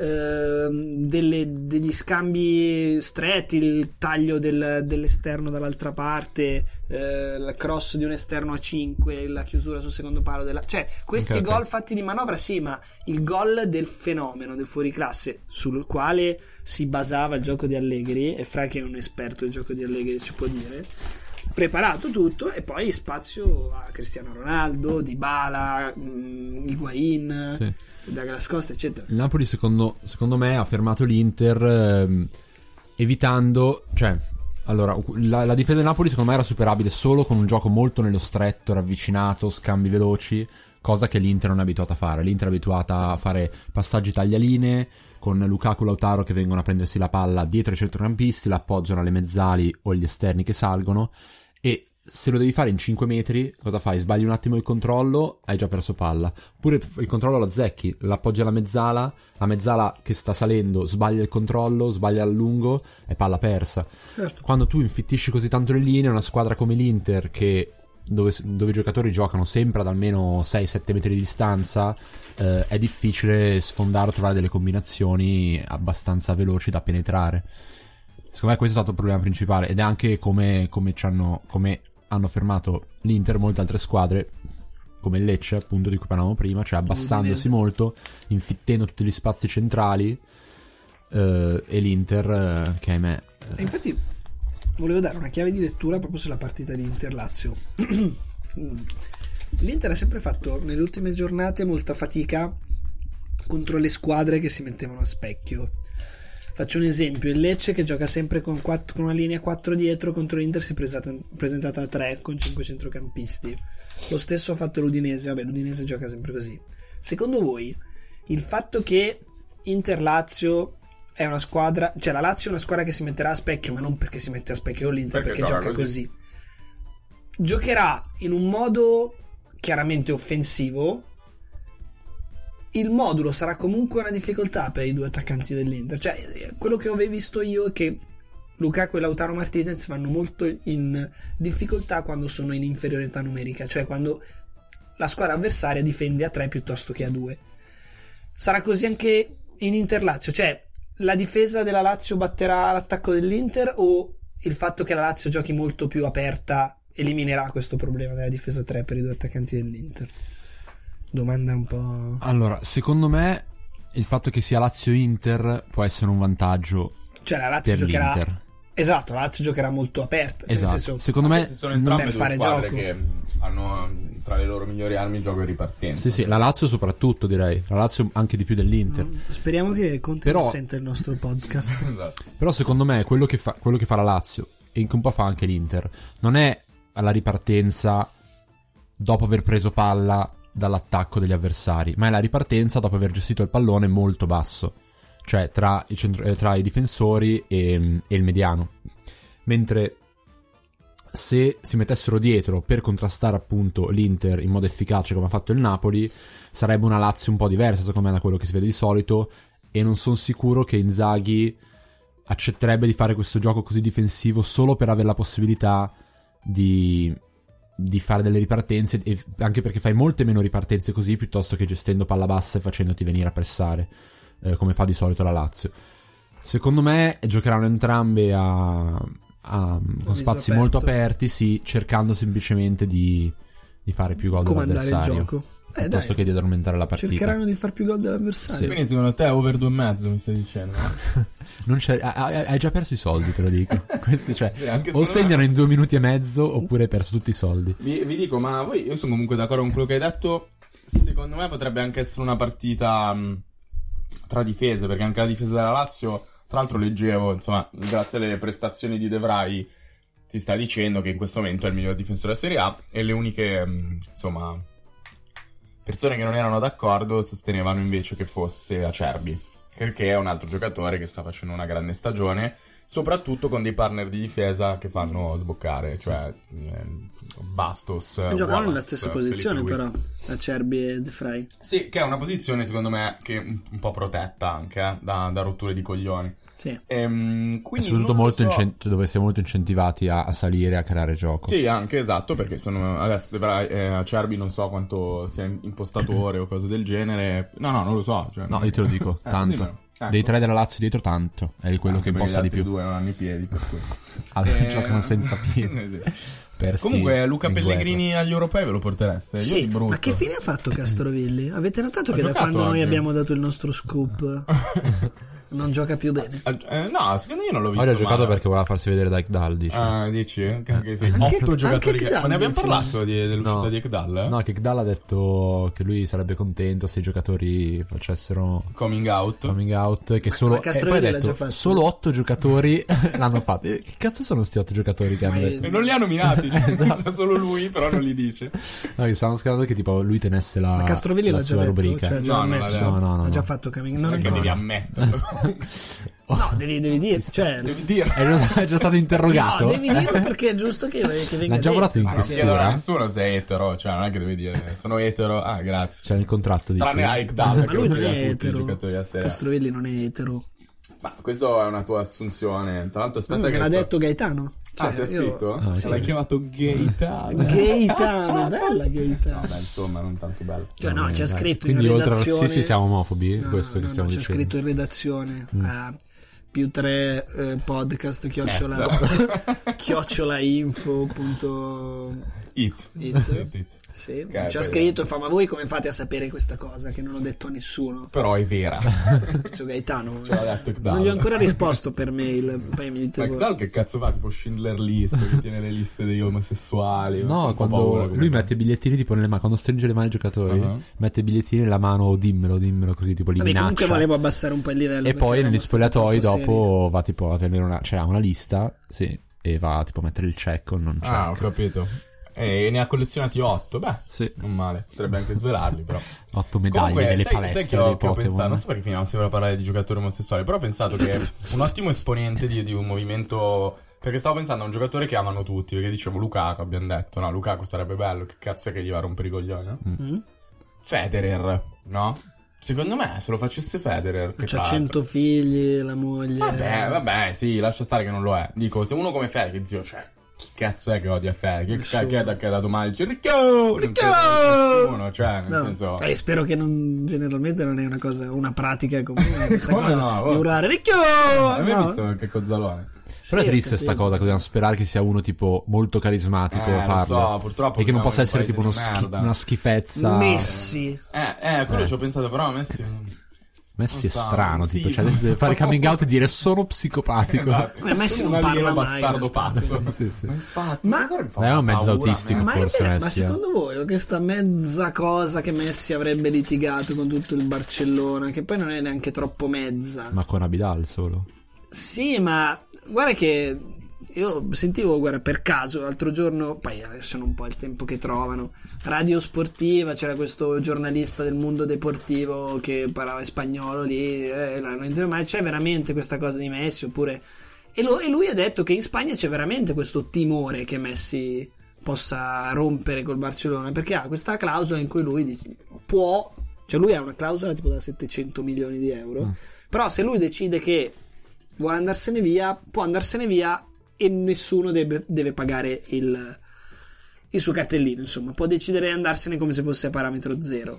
ehm, delle- degli scambi stretti, il taglio del- dell'esterno dall'altra parte, eh, il cross di un esterno a cinque, la chiusura sul secondo palo della... cioè questi Ok, ok. gol fatti di manovra sì, ma il gol del fenomeno del fuoriclasse sul quale si basava il gioco di Allegri, e Fra che è un esperto del gioco di Allegri ci può dire, preparato tutto e poi spazio a Cristiano Ronaldo, Dybala, mh, Higuain, Sì. Douglas Costa eccetera. Il Napoli secondo, secondo me ha fermato l'Inter ehm, evitando, cioè allora la, la difesa del Napoli secondo me era superabile solo con un gioco molto nello stretto, ravvicinato, scambi veloci, cosa che l'Inter non è abituata a fare. L'Inter è abituata a fare passaggi taglialinee con Lukaku e Lautaro che vengono a prendersi la palla dietro ai centrocampisti, la appoggiano alle mezzali o agli esterni che salgono, e se lo devi fare in cinque metri, cosa fai? Sbagli un attimo il controllo, hai già perso palla. Oppure il controllo lo azzecchi, l'appoggi alla mezzala, la mezzala che sta salendo sbaglia il controllo, sbaglia a lungo, è palla persa. Certo. Quando tu infittisci così tanto le linee, una squadra come l'Inter che dove, dove i giocatori giocano sempre ad almeno sei sette metri di distanza, eh, è difficile sfondare o trovare delle combinazioni abbastanza veloci da penetrare. Secondo me questo è stato il problema principale, ed è anche come, come, ci hanno, come hanno fermato l'Inter molte altre squadre, come il Lecce appunto di cui parlavamo prima, cioè abbassandosi molto, infittendo tutti gli spazi centrali, eh, e l'Inter eh, che ahimè eh. E infatti volevo dare una chiave di lettura proprio sulla partita di Inter-Lazio. L'Inter ha sempre fatto nelle ultime giornate molta fatica contro le squadre che si mettevano a specchio. Faccio un esempio: il Lecce, che gioca sempre con, quattro, con una linea quattro dietro, contro l'Inter si è presentata, presentata a tre con cinque centrocampisti. Lo stesso ha fatto l'Udinese. Vabbè, l'Udinese gioca sempre così. Secondo voi il fatto che Inter-Lazio è una squadra, cioè la Lazio è una squadra che si metterà a specchio, ma non perché si mette a specchio con l'Inter, perché, perché gioca così. così giocherà in un modo chiaramente offensivo, il modulo sarà comunque una difficoltà per i due attaccanti dell'Inter. Cioè, quello che ho visto io è che Lukaku e Lautaro Martinez vanno molto in difficoltà quando sono in inferiorità numerica, cioè quando la squadra avversaria difende a tre piuttosto che a due. Sarà così anche in Inter-Lazio, cioè la difesa della Lazio batterà l'attacco dell'Inter, o il fatto che la Lazio giochi molto più aperta eliminerà questo problema della difesa tre per i due attaccanti dell'Inter? Domanda un po'... Allora, secondo me il fatto che sia Lazio-Inter può essere un vantaggio, cioè la Lazio per giocherà l'Inter. Esatto, la Lazio giocherà molto aperta, cioè esatto. nel senso, secondo me sono entrambe per due fare squadre gioco. che hanno tra le loro migliori armi il gioco di ripartenza. sì sì, la Lazio soprattutto, direi la Lazio anche di più dell'Inter. Speriamo che Conte Però- non senta il nostro podcast. Esatto. Però secondo me quello che fa, quello che fa la Lazio, e che un po' fa anche l'Inter, non è alla ripartenza dopo aver preso palla dall'attacco degli avversari, ma è la ripartenza dopo aver gestito il pallone molto basso, cioè tra i, centro, eh, tra i difensori e, e il mediano. Mentre se si mettessero dietro per contrastare appunto l'Inter in modo efficace come ha fatto il Napoli, sarebbe una Lazio un po' diversa secondo me da quello che si vede di solito, e non sono sicuro che Inzaghi accetterebbe di fare questo gioco così difensivo solo per avere la possibilità di, di fare delle ripartenze, e anche perché fai molte meno ripartenze così piuttosto che gestendo palla bassa e facendoti venire a pressare, eh, come fa di solito la Lazio. Secondo me giocheranno entrambe a, a con spazi aperto. molto aperti, sì, cercando semplicemente di, di fare più gol Comandare il dell'avversario gioco. Eh, piuttosto dai. che di addormentare la partita. Cercheranno di far più gol dell'avversario. Sì. Quindi secondo te over due e mezzo mi stai dicendo? Non c'è, hai, hai già perso i soldi, te lo dico. Questi, cioè, Sì, anche o secondo segnano me. in due minuti e mezzo oppure hai perso tutti i soldi. Vi, vi dico, ma voi, io sono comunque d'accordo con quello che hai detto. Secondo me potrebbe anche essere una partita mh, tra difese, perché anche la difesa della Lazio, tra l'altro leggevo, insomma, grazie alle prestazioni di De Vrij, si sta dicendo che in questo momento è il miglior difensore della Serie A, e le uniche, mh, insomma, persone che non erano d'accordo sostenevano invece che fosse Acerbi, perché è un altro giocatore che sta facendo una grande stagione, soprattutto con dei partner di difesa che fanno sboccare, cioè eh, Bastos, Giocano Wallace, nella stessa posizione, Felipe però Luis. Acerbi e De Vrij. Sì, che è una posizione secondo me che è un un po' protetta anche eh, da, da rotture di coglioni. Sì. Ehm, È quindi soprattutto non lo molto so. incent- dove si è molto incentivati a, a salire, a creare gioco. Sì, anche esatto, perché sono adesso De Vrij, eh, Acerbi non so quanto sia impostatore o cose del genere. No, no, non lo so. Cioè, No, io te lo dico, Eh, tanto. dimmelo. Ecco. Dei tre della Lazio dietro tanto. È quello Anche che perché imposta gli di altri più. due non hanno i piedi, per cui. Allora, Eh, giocano senza piedi. eh, sì. Persi Comunque Luca in Pellegrini agli europei ve lo portereste? Io Sì, di brutto. ma che fine ha fatto Castrovilli? Avete notato Ha che da giocato quando noi oggi. abbiamo dato il nostro scoop non gioca più bene? Eh, no, secondo me io non l'ho visto. Oggi ha giocato male. perché voleva farsi vedere da Ekdal, dice. Ah, dici? Anche, anche sì. Anche- Otto giocatori anche che... Ma ne abbiamo Ekdal, parlato di- dell'uscita No. di Ekdal? No, che Ekdal ha detto che lui sarebbe contento se i giocatori facessero Coming out. coming out, che solo, ma e poi ha Castrovilli l'ha detto già fatto. solo otto giocatori l'hanno fatto. E che cazzo sono sti otto giocatori che hanno Ma è- detto? E non li ha nominati, cioè, Esatto. sa solo lui, però non li dice. No, che stavano scherzando che tipo lui tenesse la, Ma Castrovilli la l'ha già sua detto, rubrica. cioè, già No, non l'ha ammesso. detto. No, no, no, ha già no. fatto coming. No, Perché no, devi no. ammetterlo. No, devi, devi dire, cioè, Devi dire. È già, è già stato interrogato. no, devi dirlo perché è giusto che, che venga L'ha già detto. votato in Ma non chiedono a questura. nessuno se è etero, cioè non è che devi dire sono etero, ah grazie. C'è nel contratto di Tranne a Ekdal, Ma che lui lo non chiede a è tutti i etero. giocatori della Serie A. Castrovilli non è etero. Ma questo è una tua assunzione. Tra l'altro aspetta Me che l'ha sto- detto Gaetano. Ah, ti ha io- scritto? Ah, Se sì. l'hai chiamato Gaetano. Gaetano, bella Gaetano. Vabbè, insomma, non tanto bello. Cioè no, Vabbè, c'è dai. scritto Quindi in oltre a redazione. razzissi siamo omofobi, No, questo no, che no, stiamo c'è dicendo. scritto in redazione a più tre eh, podcast chiocciola Eh. chiocciola info punto It. it. It, it. Sì, Ok, ci ha poi- scritto e fa: ma voi come fate a sapere questa cosa che non ho detto a nessuno? Però è vera. Cioè, Gaetano, Ce l'ha detto Kdal. non gli ho ancora risposto per mail. Poi mi dite Ma voi. Kdal che cazzo fa? Tipo Schindler List, che tiene le liste degli omosessuali. Ho No, un po' quando paura, lui mette i bigliettini tipo nelle mani, quando stringe le mani ai giocatori, Uh-huh. mette i bigliettini nella mano, "Oh, dimmelo, dimmelo", così tipo li Vabbè, comunque minaccia. volevo abbassare un po' il livello. E perché poi eravamo negli stati spogliatoi troppo dopo va tipo a tenere una, cioè ha una lista, sì, e va tipo a mettere il check o non check. Ah, ho capito. E ne ha collezionati otto. Beh, Sì, non male. Potrebbe anche svelarli, però. otto medaglie Comunque, delle sai, palestre sai che ho, dei che ho Pokémon. pensato, non so perché finiamo sempre a parlare di giocatori omosessuali, però ho pensato che un ottimo esponente di, di un movimento, perché stavo pensando a un giocatore che amano tutti, perché dicevo Lukaku, abbiamo detto, no, Lukaku sarebbe bello, che cazzo è che gli va a rompere i coglioni, no? Mm. Federer, no? Secondo me, se lo facesse Federer, che C'ha tra cento figli, la moglie. Vabbè, vabbè, sì, lascia stare che non lo è. Dico, se uno come Federer, che zio, cioè, chi cazzo è che odia Federer? Che, Nessuno. che, che, che ha dato male? Dice, Ricco! Ricco! Nessuno, cioè, nel No. senso... Eh, spero che non, generalmente non è una cosa, una pratica comune questa Come cosa no? di urlare Ricchio! Avevi No. visto che cozzalone? Però è Sì, ho triste sta capito. cosa, che dobbiamo sperare che sia uno tipo molto carismatico Eh, a lo farlo. so, purtroppo e che non viviamo possa in un essere tipo uno paese di schi- merda. una schifezza. Messi. Eh, eh, quello ci ho pensato, però Messi... Messi è Non so, strano, sì. tipo, cioè adesso deve fare coming out e dire sono psicopatico. Ma Messi non Un parla alieno mai, bastardo in realtà. pazzo. Sì, sì. Ma infatti, Ma- guarda che fa Dai, è un una mezzo paura, autistico. me. Ma, è Forse vero, ma Messi, eh. secondo voi questa mezza cosa che Messi avrebbe litigato con tutto il Barcellona, che poi non è neanche troppo mezza? Ma con Abidal solo. Sì, ma guarda che io sentivo, guarda, per caso l'altro giorno, poi adesso sono un po' il tempo che trovano, radio sportiva, c'era questo giornalista del mondo deportivo che parlava in spagnolo lì, eh, l'hanno intervistato, ma c'è veramente questa cosa di Messi oppure... E, lo- e lui ha detto che in Spagna c'è veramente questo timore che Messi possa rompere col Barcellona, perché ha questa clausola in cui lui dice- può, cioè lui ha una clausola tipo da settecento milioni di euro, Mm. però se lui decide che vuole andarsene via, può andarsene via e nessuno deve, deve pagare il, il suo cartellino, insomma, può decidere di andarsene come se fosse a parametro zero.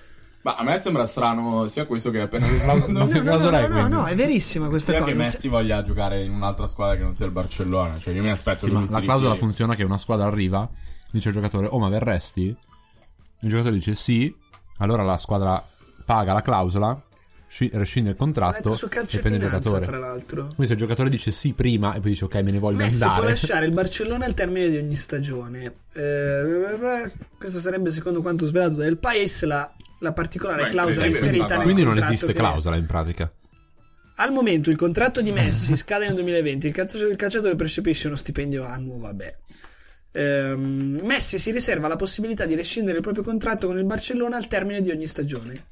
Ma a me sembra strano sia questo che appena Ma No, che no, no, cosa no, è, no, quindi? no, è verissima questa sia cosa. che Messi voglia giocare in un'altra squadra che non sia il Barcellona. Cioè io mi aspetto Sì, che ma lui si la clausola ritiri. funziona che una squadra arriva, dice al giocatore: "Oh, ma verresti?" Il giocatore dice sì, allora la squadra paga la clausola, sci- rescinde il Ho letto contratto su e Calcio e prende il Finanza, giocatore. fra l'altro. Quindi se il giocatore dice sì prima e poi dice ok, me ne voglio Messi può andare. lasciare il Barcellona al termine di ogni stagione. Eh, beh, questo sarebbe, secondo quanto svelato da El País, la, la particolare Beh, clausola incredibile inserita questa nel Quindi non contratto esiste che- clausola in pratica. Al momento il contratto di Messi scade nel duemilaventi, il calcio- il calciatore percepisce uno stipendio annuo, vabbè. Ehm, Messi si riserva la possibilità di rescindere il proprio contratto con il Barcellona al termine di ogni stagione.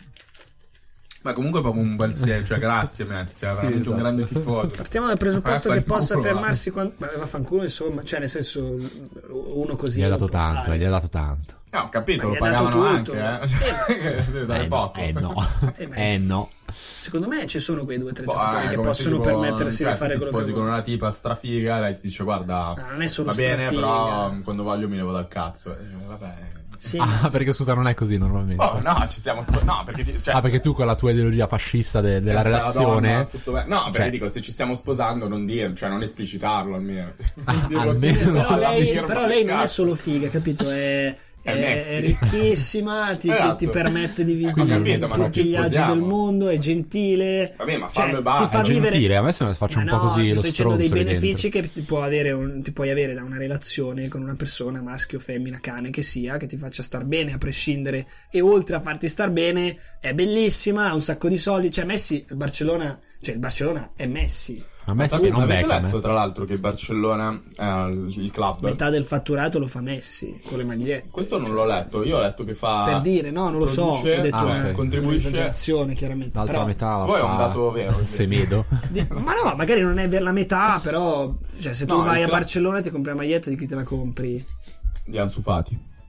Ma comunque è proprio un bel segno. Cioè grazie Messi, è veramente esatto. un grande tifoso. Partiamo dal presupposto Eh, che fai il possa culo, fermarsi quando... Beh, vaffanculo, insomma, cioè nel senso uno così Gli ha lo dato può tanto, fare. gli ha dato tanto. No, ho capito, Ma lo gli ha dato pagavano tutto. anche, eh. Deve dare Eh no, poco. eh no, Eh, ma- eh no. Secondo me ci sono quei due o tre Boh, giocatori eh, che come se possono tipo, permettersi cioè, di fare ti quello sposi che con vuole. una tipa strafiga, lei ti dice guarda, No, non è solo va bene, strafiga. però quando voglio mi levo dal cazzo. Eh, vabbè. Sì, Ah, perché scusa, non è così normalmente. Oh, no, ci siamo spo- no, perché ti- cioè, Ah, perché tu con la tua ideologia fascista de- della eh, relazione donna sotto- no, perché cioè- dico, se ci stiamo sposando non dire, cioè non esplicitarlo almeno. Ah, Dirlo almeno. sì, però, alla lei, firma, però lei non è cazzo. solo figa, capito? È, È è, Messi. è ricchissima, ti, ti- Esatto. ti permette di Ho vivere capito, ma non tutti ci gli agi sposiamo. del mondo, è gentile. Vabbè, ma cioè, fallo e ti basta. fa È vivere... gentile, a me se me faccio Ma un no, po' così ti lo sto dicendo stronzo dei lì benefici dentro. che ti può avere un- ti puoi avere da una relazione con una persona, maschio, femmina, cane che sia, che ti faccia star bene a prescindere, e oltre a farti star bene è bellissima, ha un sacco di soldi. Cioè Messi, il Barcellona, cioè il Barcellona è Messi, A me sì, Sapete- non avete Beckham. letto eh. tra l'altro che il Barcellona è il club? metà del fatturato lo fa Messi con le magliette. Questo non l'ho letto, io ho letto che fa Per dire, no, non lo so, ho produce- detto Ah, una, ok. contribuisce. un'esagerazione chiaramente, L'altra però, metà la poi è un fa dato vero, invece. Semedo. di- ma no, magari non è ver la metà, però cioè se tu No, vai il a club- Barcellona ti compri la maglietta, di chi te la compri? di Ansu Fati.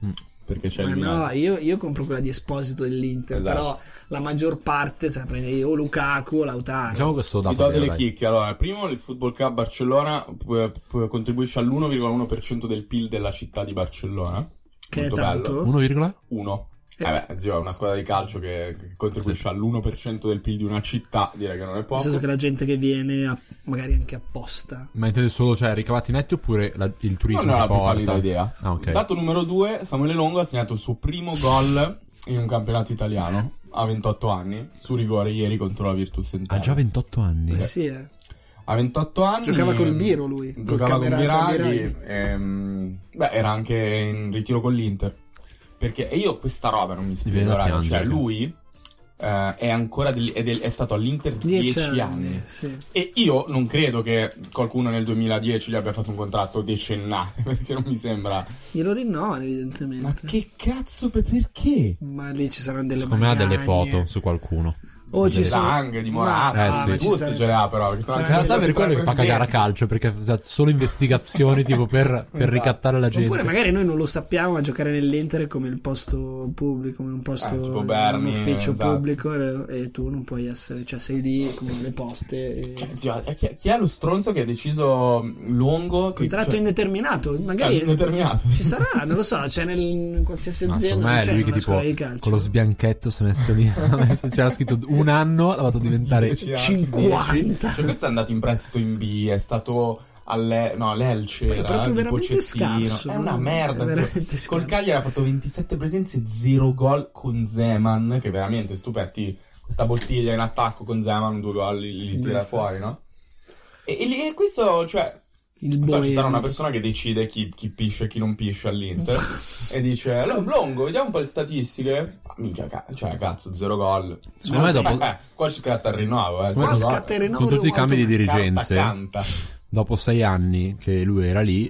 perché c'è Ma il no, Milan. io, io compro quella di Esposito dell'Inter, Esatto. però la maggior parte se la prende o Lukaku o Lautaro. Diciamo questo Ti dato do vero, delle dai. chicche. Allora, primo, il Football Club Barcellona pu- pu- contribuisce all'uno virgola uno per cento del P I L della città di Barcellona. Che Molto è tanto? bello. uno virgola? Uno. Eh beh, zio, è una squadra di calcio che, che contribuisce Sì. all'uno per cento del P I L di una città, direi che non è Nel poco. senso che la gente che viene a- magari anche apposta. Ma intende solo, cioè, ricavati netti oppure la- il turismo Non ho che la più porta? pallida idea. Ah, ok. Dato numero due, Samuele Longo ha segnato il suo primo gol in un campionato italiano a ventotto anni, su rigore ieri contro la Virtus Ha Entella. già ventotto anni. Eh sì, eh. A ventotto anni Giocava col Biro lui, col Giocava con Camerata Biraghi. Biraghi. ehm, beh, era anche in ritiro con l'Inter. Perché e io questa roba non mi spiego, viene da raga. piangere, Cioè, cazzo. lui eh, è ancora del- è, del- è stato all'Inter Dieci dieci anni, anni. sì. E io non credo che qualcuno nel duemiladieci gli abbia fatto un contratto decennale, perché non mi sembra. Glielo rinnovano Ma evidentemente. che cazzo, per- perché? Ma lì ci saranno delle Secondo me ha delle magagne. foto su qualcuno. O ci Di sono Lang, di Morata, Ma- Eh, ah, sì. ma ci tutti saranno- ce le ha però. Perché sono saranno anche In realtà stati per quello tra che fa i cagare a presidenti. calcio, perché fa solo investigazioni tipo per, per ricattare la gente. Oppure magari noi non lo sappiamo, ma giocare nell'Inter è come il posto pubblico, come un posto Eh, tipo un Berni, ufficio esatto. pubblico e, e tu non puoi essere, cioè sei lì come le poste. E... Cioè, zio, eh, chi, chi è lo stronzo che ha deciso Longo? Che, Contratto cioè, indeterminato, magari eh, indeterminato. ci sarà, non lo so, c'è nel, in qualsiasi Ma azienda, secondo non me c'è è lui in che una tipo scuola di calcio. con lo sbianchetto si è messo lì. ha messo- C'era scritto un anno, l'ha fatto diventare Dieci anni, cinquanta. Cioè, questo è andato in prestito in B, è stato alle, no, l'Elce, Ma è era, proprio di veramente Pochettino. scarso, È no? una merda. È zio. veramente Col scarso. Cagliari ha fatto ventisette presenze, zero gol con Zeman, che veramente stupetti. Questa bottiglia in attacco con Zeman, due gol li, li tira Beh, fuori, no? E, e, lì- e questo, cioè, Il non so, ci boemo. sarà una persona che decide chi, chi pisce e chi non pisce all'Inter e dice, "Lo- Longo, vediamo un po' le statistiche." Ma minchia, ca- cioè, cazzo, zero gol. Secondo me dopo- Eh, qua ci scatta il rinnovo, eh. Qua zero gol. scatta il rinnovo, con tutti i cambi di automaticamente. dirigenze, Canta, canta. dopo sei anni che lui era lì,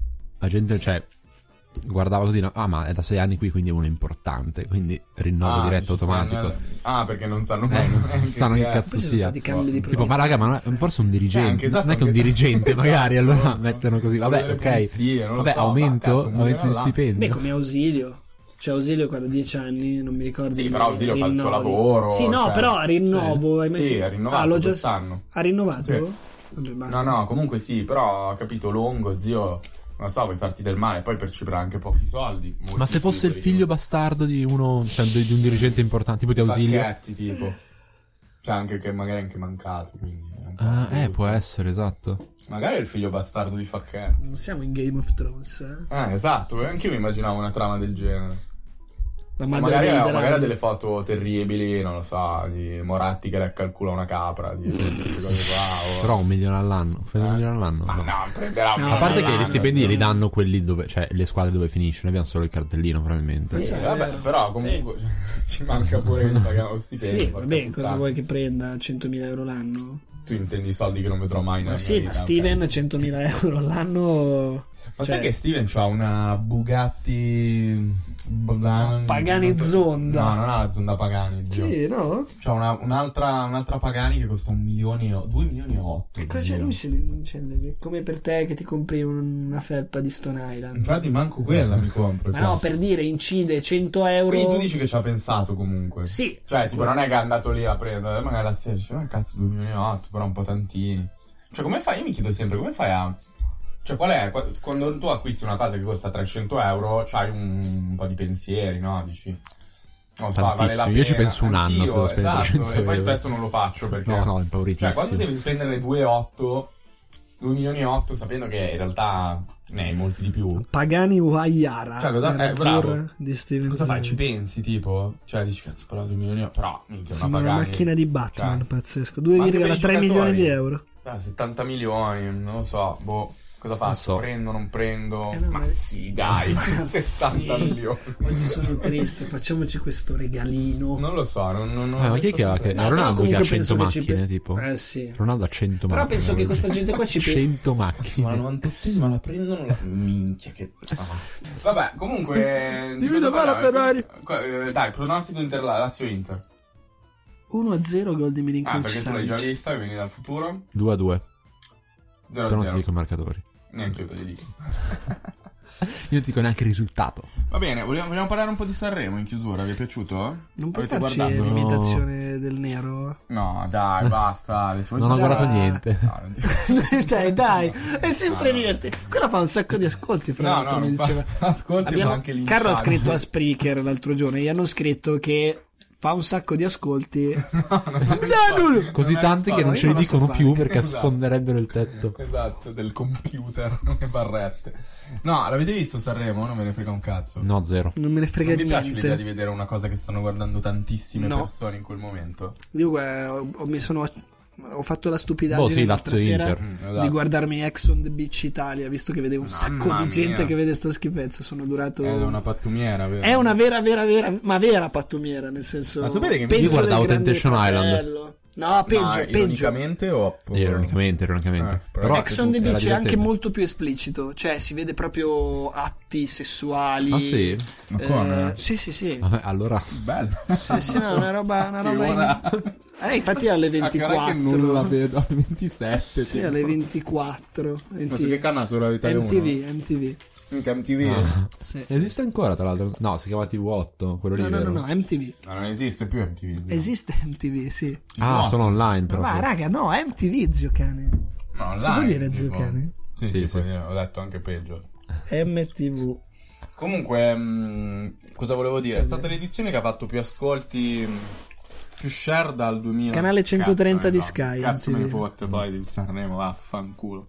la gente, cioè, guardava così, no? Ah, ma è da sei anni qui, quindi è uno importante, quindi rinnovo Ah, diretto dici, automatico. sanno- Ah, perché non sanno Eh, mai non neanche sanno chi che è. cazzo Poi ci sono sia. stati cambi di Tipo, ma raga, ma non è- forse un dirigente, Eh, anche esatto, non è che un anche- dirigente esatto. magari allora mettono così, vabbè, Delle ok, pulizie, non lo vabbè, so, aumento, ma cazzo, aumento di muoiono là. stipendio. Beh, come Ausilio. Cioè Ausilio qua da dieci anni, non mi ricordo. Sì, i però Ausilio fa il suo rinnovi. lavoro, Sì, no, cioè, però a rinnovo. hai Sì, messo- ha rinnovato Ah, l'ho già- quest'anno. Ha rinnovato? Sì. Vabbè, No, basta. no, comunque sì, però ho capito, Longo, zio, non lo so, vuoi farti del male, poi percepirà anche pochi soldi. molti Ma se fosse il piccoli, figlio bastardo di uno, cioè di di un dirigente importante, tipo di Ausilio. Facchetti, tipo. Cioè, anche che magari è anche mancato, quindi è un po' Ah, eh, brutto. può essere, esatto. Magari è il figlio bastardo di Facchetti. Non siamo in Game of Thrones, eh? Eh, esatto, anche io mi immaginavo una trama del genere. La madre Magari, dei ha- draghi. magari ha delle foto terribili, non lo so, di Moratti che lecca il culo a una capra, di queste cose qua. o- Però un milione all'anno, prende un Eh? milione all'anno. Ma no. no, prenderà un No, A milione parte che all'anno, gli stipendi zio. li danno quelli dove, cioè le squadre dove finisce, noi abbiamo solo il cartellino probabilmente. Sì, vabbè, però comunque ci manca pure che gli paghiamo lo stipendio. Sì, porca vabbè, puttana. cosa vuoi che prenda? centomila euro l'anno? Tu intendi i soldi che non vedrò mai nella Ma mia sì, vita, ma ok. Steven centomila euro all'anno. Ma cioè, sai che Steven c'ha una Bugatti Bolan- Pagani Zonda. No, non ha la Zonda Pagani, zio. Sì, no? C'ha una- un'altra, un'altra Pagani che costa un milione e due milioni e otto. E cosa c'è zio. lui? Se, cioè, come per te che ti compri un- una felpa di Stone Island. Infatti manco quella mi compro. Ma cioè. no, per dire, incide cento euro. Quindi tu dici che ci ha pensato comunque. Sì. Cioè, tipo, non è che è andato lì a prendere, magari la stessa dice, ma cazzo, due milioni e otto, però un po' tantini. Cioè, come fai? Io mi chiedo sempre, come fai a... Cioè, qual è? Qua- Quando tu acquisti una cosa che costa trecento euro, c'hai un, un po' di pensieri, no? Dici... Non so, vale la Tantissimo, pena. io ci penso un anno Anch'io, se devo spendere esatto, trecento e poi euro. spesso non lo faccio perché... No, no, Cioè, impauritissimo. quando devi spendere due virgola otto, due milioni e otto, sapendo che in realtà ne hai molti di più. Pagani Uayara. Cioè, cosa- eh, bravo. di Steven Cosa fai? Seagal. Ci pensi, tipo? Cioè, dici, cazzo, però due milioni... Però, minchia, una Sembra una Pagani... macchina di Batman, Cioè, pazzesco. ma anche per due virgola tre i milioni di giocatori. euro. Ah, settanta milioni, non lo so, boh, cosa faccio? so. Prendo, non prendo? Eh no, ma ma- sì, dai, Ma sessanta sì. milioni. Oggi sono triste, facciamoci questo regalino. Non lo so, non... non, non Eh, ma chi è che ha? Che... No, è però Ronaldo che ha comunque cento penso che ci macchine, pe- tipo. Eh sì. Ronaldo ha cento Però macchine. penso che questa gente qua ci pensa. cento Ma la macchine. novantottesima la prendono la... Minchia che... Ah. Vabbè, comunque... di Dimmi cosa dov'è la parliamo? Ferrari. Qua- eh, Dai, pronostico Inter Lazio-Inter. uno a zero gol di Ah, Milinkovic perché tu l'hai già Savic. vista, vieni dal futuro. due a due. zero Però a non ti zero. dico i marcatori. Neanche io te li dico. Io ti dico neanche il risultato. Va bene, vogliamo, vogliamo parlare un po' di Sanremo in chiusura? Vi è piaciuto? Non puoi Avete farci guardato? l'imitazione del nero? No, dai, basta. Ale, Non ho Dai. guardato niente. No, non dico- Dai, dai, è sempre divertente. Quella fa un sacco di ascolti, fra No, l'altro, no, mi non fa- diceva. ascolti, Abbiamo- ma anche lì. Carlo ha scritto a Spreaker l'altro giorno e gli hanno scritto che fa un sacco di ascolti. No, no, no. Così Non è tanti che no, non io ce li non lo so dicono fare. più perché Esatto. sfonderebbero il tetto. Esatto, del computer, non le barrette. No, l'avete visto Sanremo? Non me ne frega un cazzo. No, zero. Non me ne frega Non vi piace l'idea niente. di vedere una cosa che stanno guardando tantissime No. persone in quel momento? Io guarda, ho, ho- mi sono ho fatto la stupidaggine Boh, sì, l'altra Lazio sera Inter. Mm, di esatto. guardarmi Ex on the Beach Italia, visto che vedevo un Mamma sacco di gente mia. che vede sta schifezza. Sono durato È una pattumiera, vero? È una vera, vera, vera, ma vera pattumiera, nel senso. Ma sapete che peggio io guardavo del Grande Temptation Island. Fratello. No, peggio, No, peggio. ironicamente o Ironicamente, ironicamente. Eh, però- Però Ex on the era Beach è anche divertente. molto più esplicito, cioè si vede proprio atti sessuali. Ah, sì? Ma come? Eh, sì, sì, sì. Vabbè, allora Bello. Sì, sì, no, una roba, una Che roba ora- in... Eh, infatti è alle Ah, che ora che ventiquattro. non la vedo alle ventisette. Sì, alle ventiquattro. Ma su che canale? Sulla Italia M T V, M T V. Minchia, M T V. Sì. esiste ancora tra l'altro? No, si chiama T V otto, quello lì, No, no, no, vero? no, M T V. Ma non esiste più M T V. Esiste M T V, sì. Ah, No. sono online però. Ma raga, no, M T V, zio cane. Ma online, Si può dire, zio tipo. cane? Sì, Sì, sì, sì. puoi dire, ho detto anche peggio. M T V. Comunque, mh, cosa volevo dire? È stata l'edizione che ha fatto più ascolti, mh, più share dal duemila. Canale centotrenta Cazzo di ne so. Sky, Cazzo me ne M T V. fotte poi di Sanremo, vaffanculo.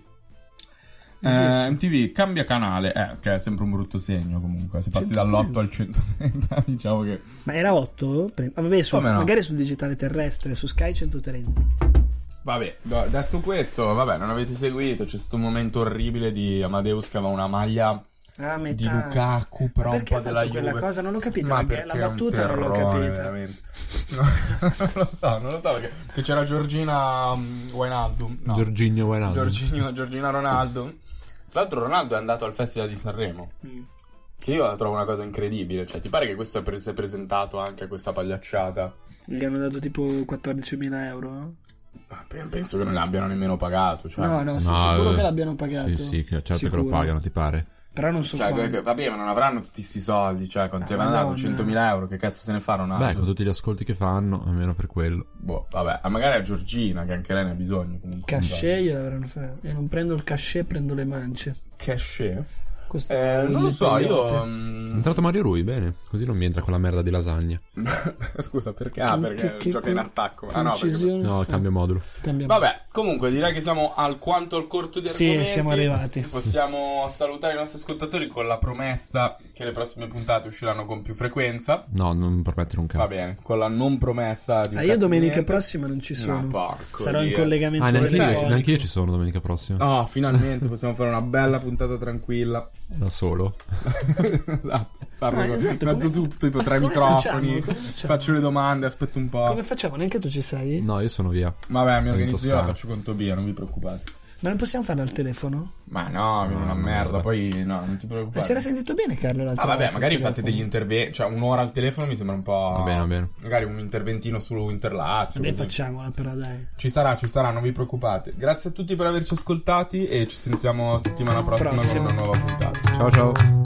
Eh, Esiste. M T V cambia canale, eh, che è sempre un brutto segno comunque. Se passi dall'otto al centotrenta, diciamo che. Ma era otto? Pre- ah, vabbè, su- Come no? magari sul digitale terrestre, su Sky centotrenta. Vabbè, do- detto questo, vabbè, non avete seguito. C'è stato un momento orribile di Amadeus che aveva una maglia Ah, metà. di Lukaku, però un Perché po' ha della fatto quella Juve. cosa? Non l'ho capita, Ma perché la perché è un battuta non l'ho terrore, capita. veramente. No, non lo so, non lo so perché che c'era Giorgina um, Wijnaldum, no, Giorginio Wijnaldum. Giorginio, Giorgina Ronaldo. Tra l'altro Ronaldo è andato al Festival di Sanremo, Mm. che io la trovo una cosa incredibile. Cioè, ti pare che questo è pre- si è presentato anche a questa pagliacciata? Gli hanno dato tipo quattordicimila euro? Ma pe- penso che non l'abbiano nemmeno pagato. Cioè, No, no, sono No, sicuro eh, che l'abbiano pagato. Sì, sì, che certo che Sicuro. lo pagano, ti pare? Però non so Cioè, quanto. che- vabbè, ma non avranno tutti sti soldi. Cioè, quanti Ah, avranno dato? Madonna. centomila euro? Che cazzo se ne fa Ronaldo? Beh, con tutti gli ascolti che fanno, almeno per quello. Boh, vabbè, ah, magari a Giorgina, che anche lei ne ha bisogno. Comunque. Cachet glielo avranno fatto. Io non prendo il cachet, prendo le mance. Cachet? Questo Eh, è non lo il so, io. Toyota. È mm, entrato Mario Rui, bene. Così non mi entra quella merda di lasagna. Scusa, perché? Ah, Che- perché che- gioca che- in attacco. Ah, no, perché... concisione. No, cambio modulo. Cambiamo. Vabbè, comunque direi che siamo alquanto al corto di Sì, argomenti. siamo arrivati. Possiamo salutare i nostri ascoltatori con la promessa che le prossime puntate usciranno con più frequenza. No, non permettere un cazzo. Va bene, con la non promessa di un Ah, io cazzo domenica niente. prossima non ci sono. No, porco Sarò in Dio. collegamento Ah, neanche io, telefonico. neanche io ci sono domenica prossima. Oh, finalmente possiamo fare una bella puntata tranquilla. Da solo. Esatto. Parlo Ah, con esatto, metto come- tutto, tipo Ma tre come microfoni, facciamo? Come facciamo? faccio le domande, aspetto un po'. Come facciamo? Neanche tu ci sei? No, io sono via. Vabbè, mi In organizzo io, la Toscana. faccio con Tobia, non vi preoccupate. Ma non possiamo farlo al telefono? Ma no, viene una no, merda, vabbè. poi no, non ti Ma preoccupare. si era sentito bene Carlo l'altra Ah vabbè, volta magari al fate telefono. degli interventi, cioè un'ora al telefono mi sembra un po'... Va bene, va bene. Magari un interventino su Interlazio. Vabbè, così. facciamola però dai. Ci sarà, ci sarà, non vi preoccupate. Grazie a tutti per averci ascoltati e ci sentiamo settimana prossima, Prossima. con una nuova puntata. Ciao ciao.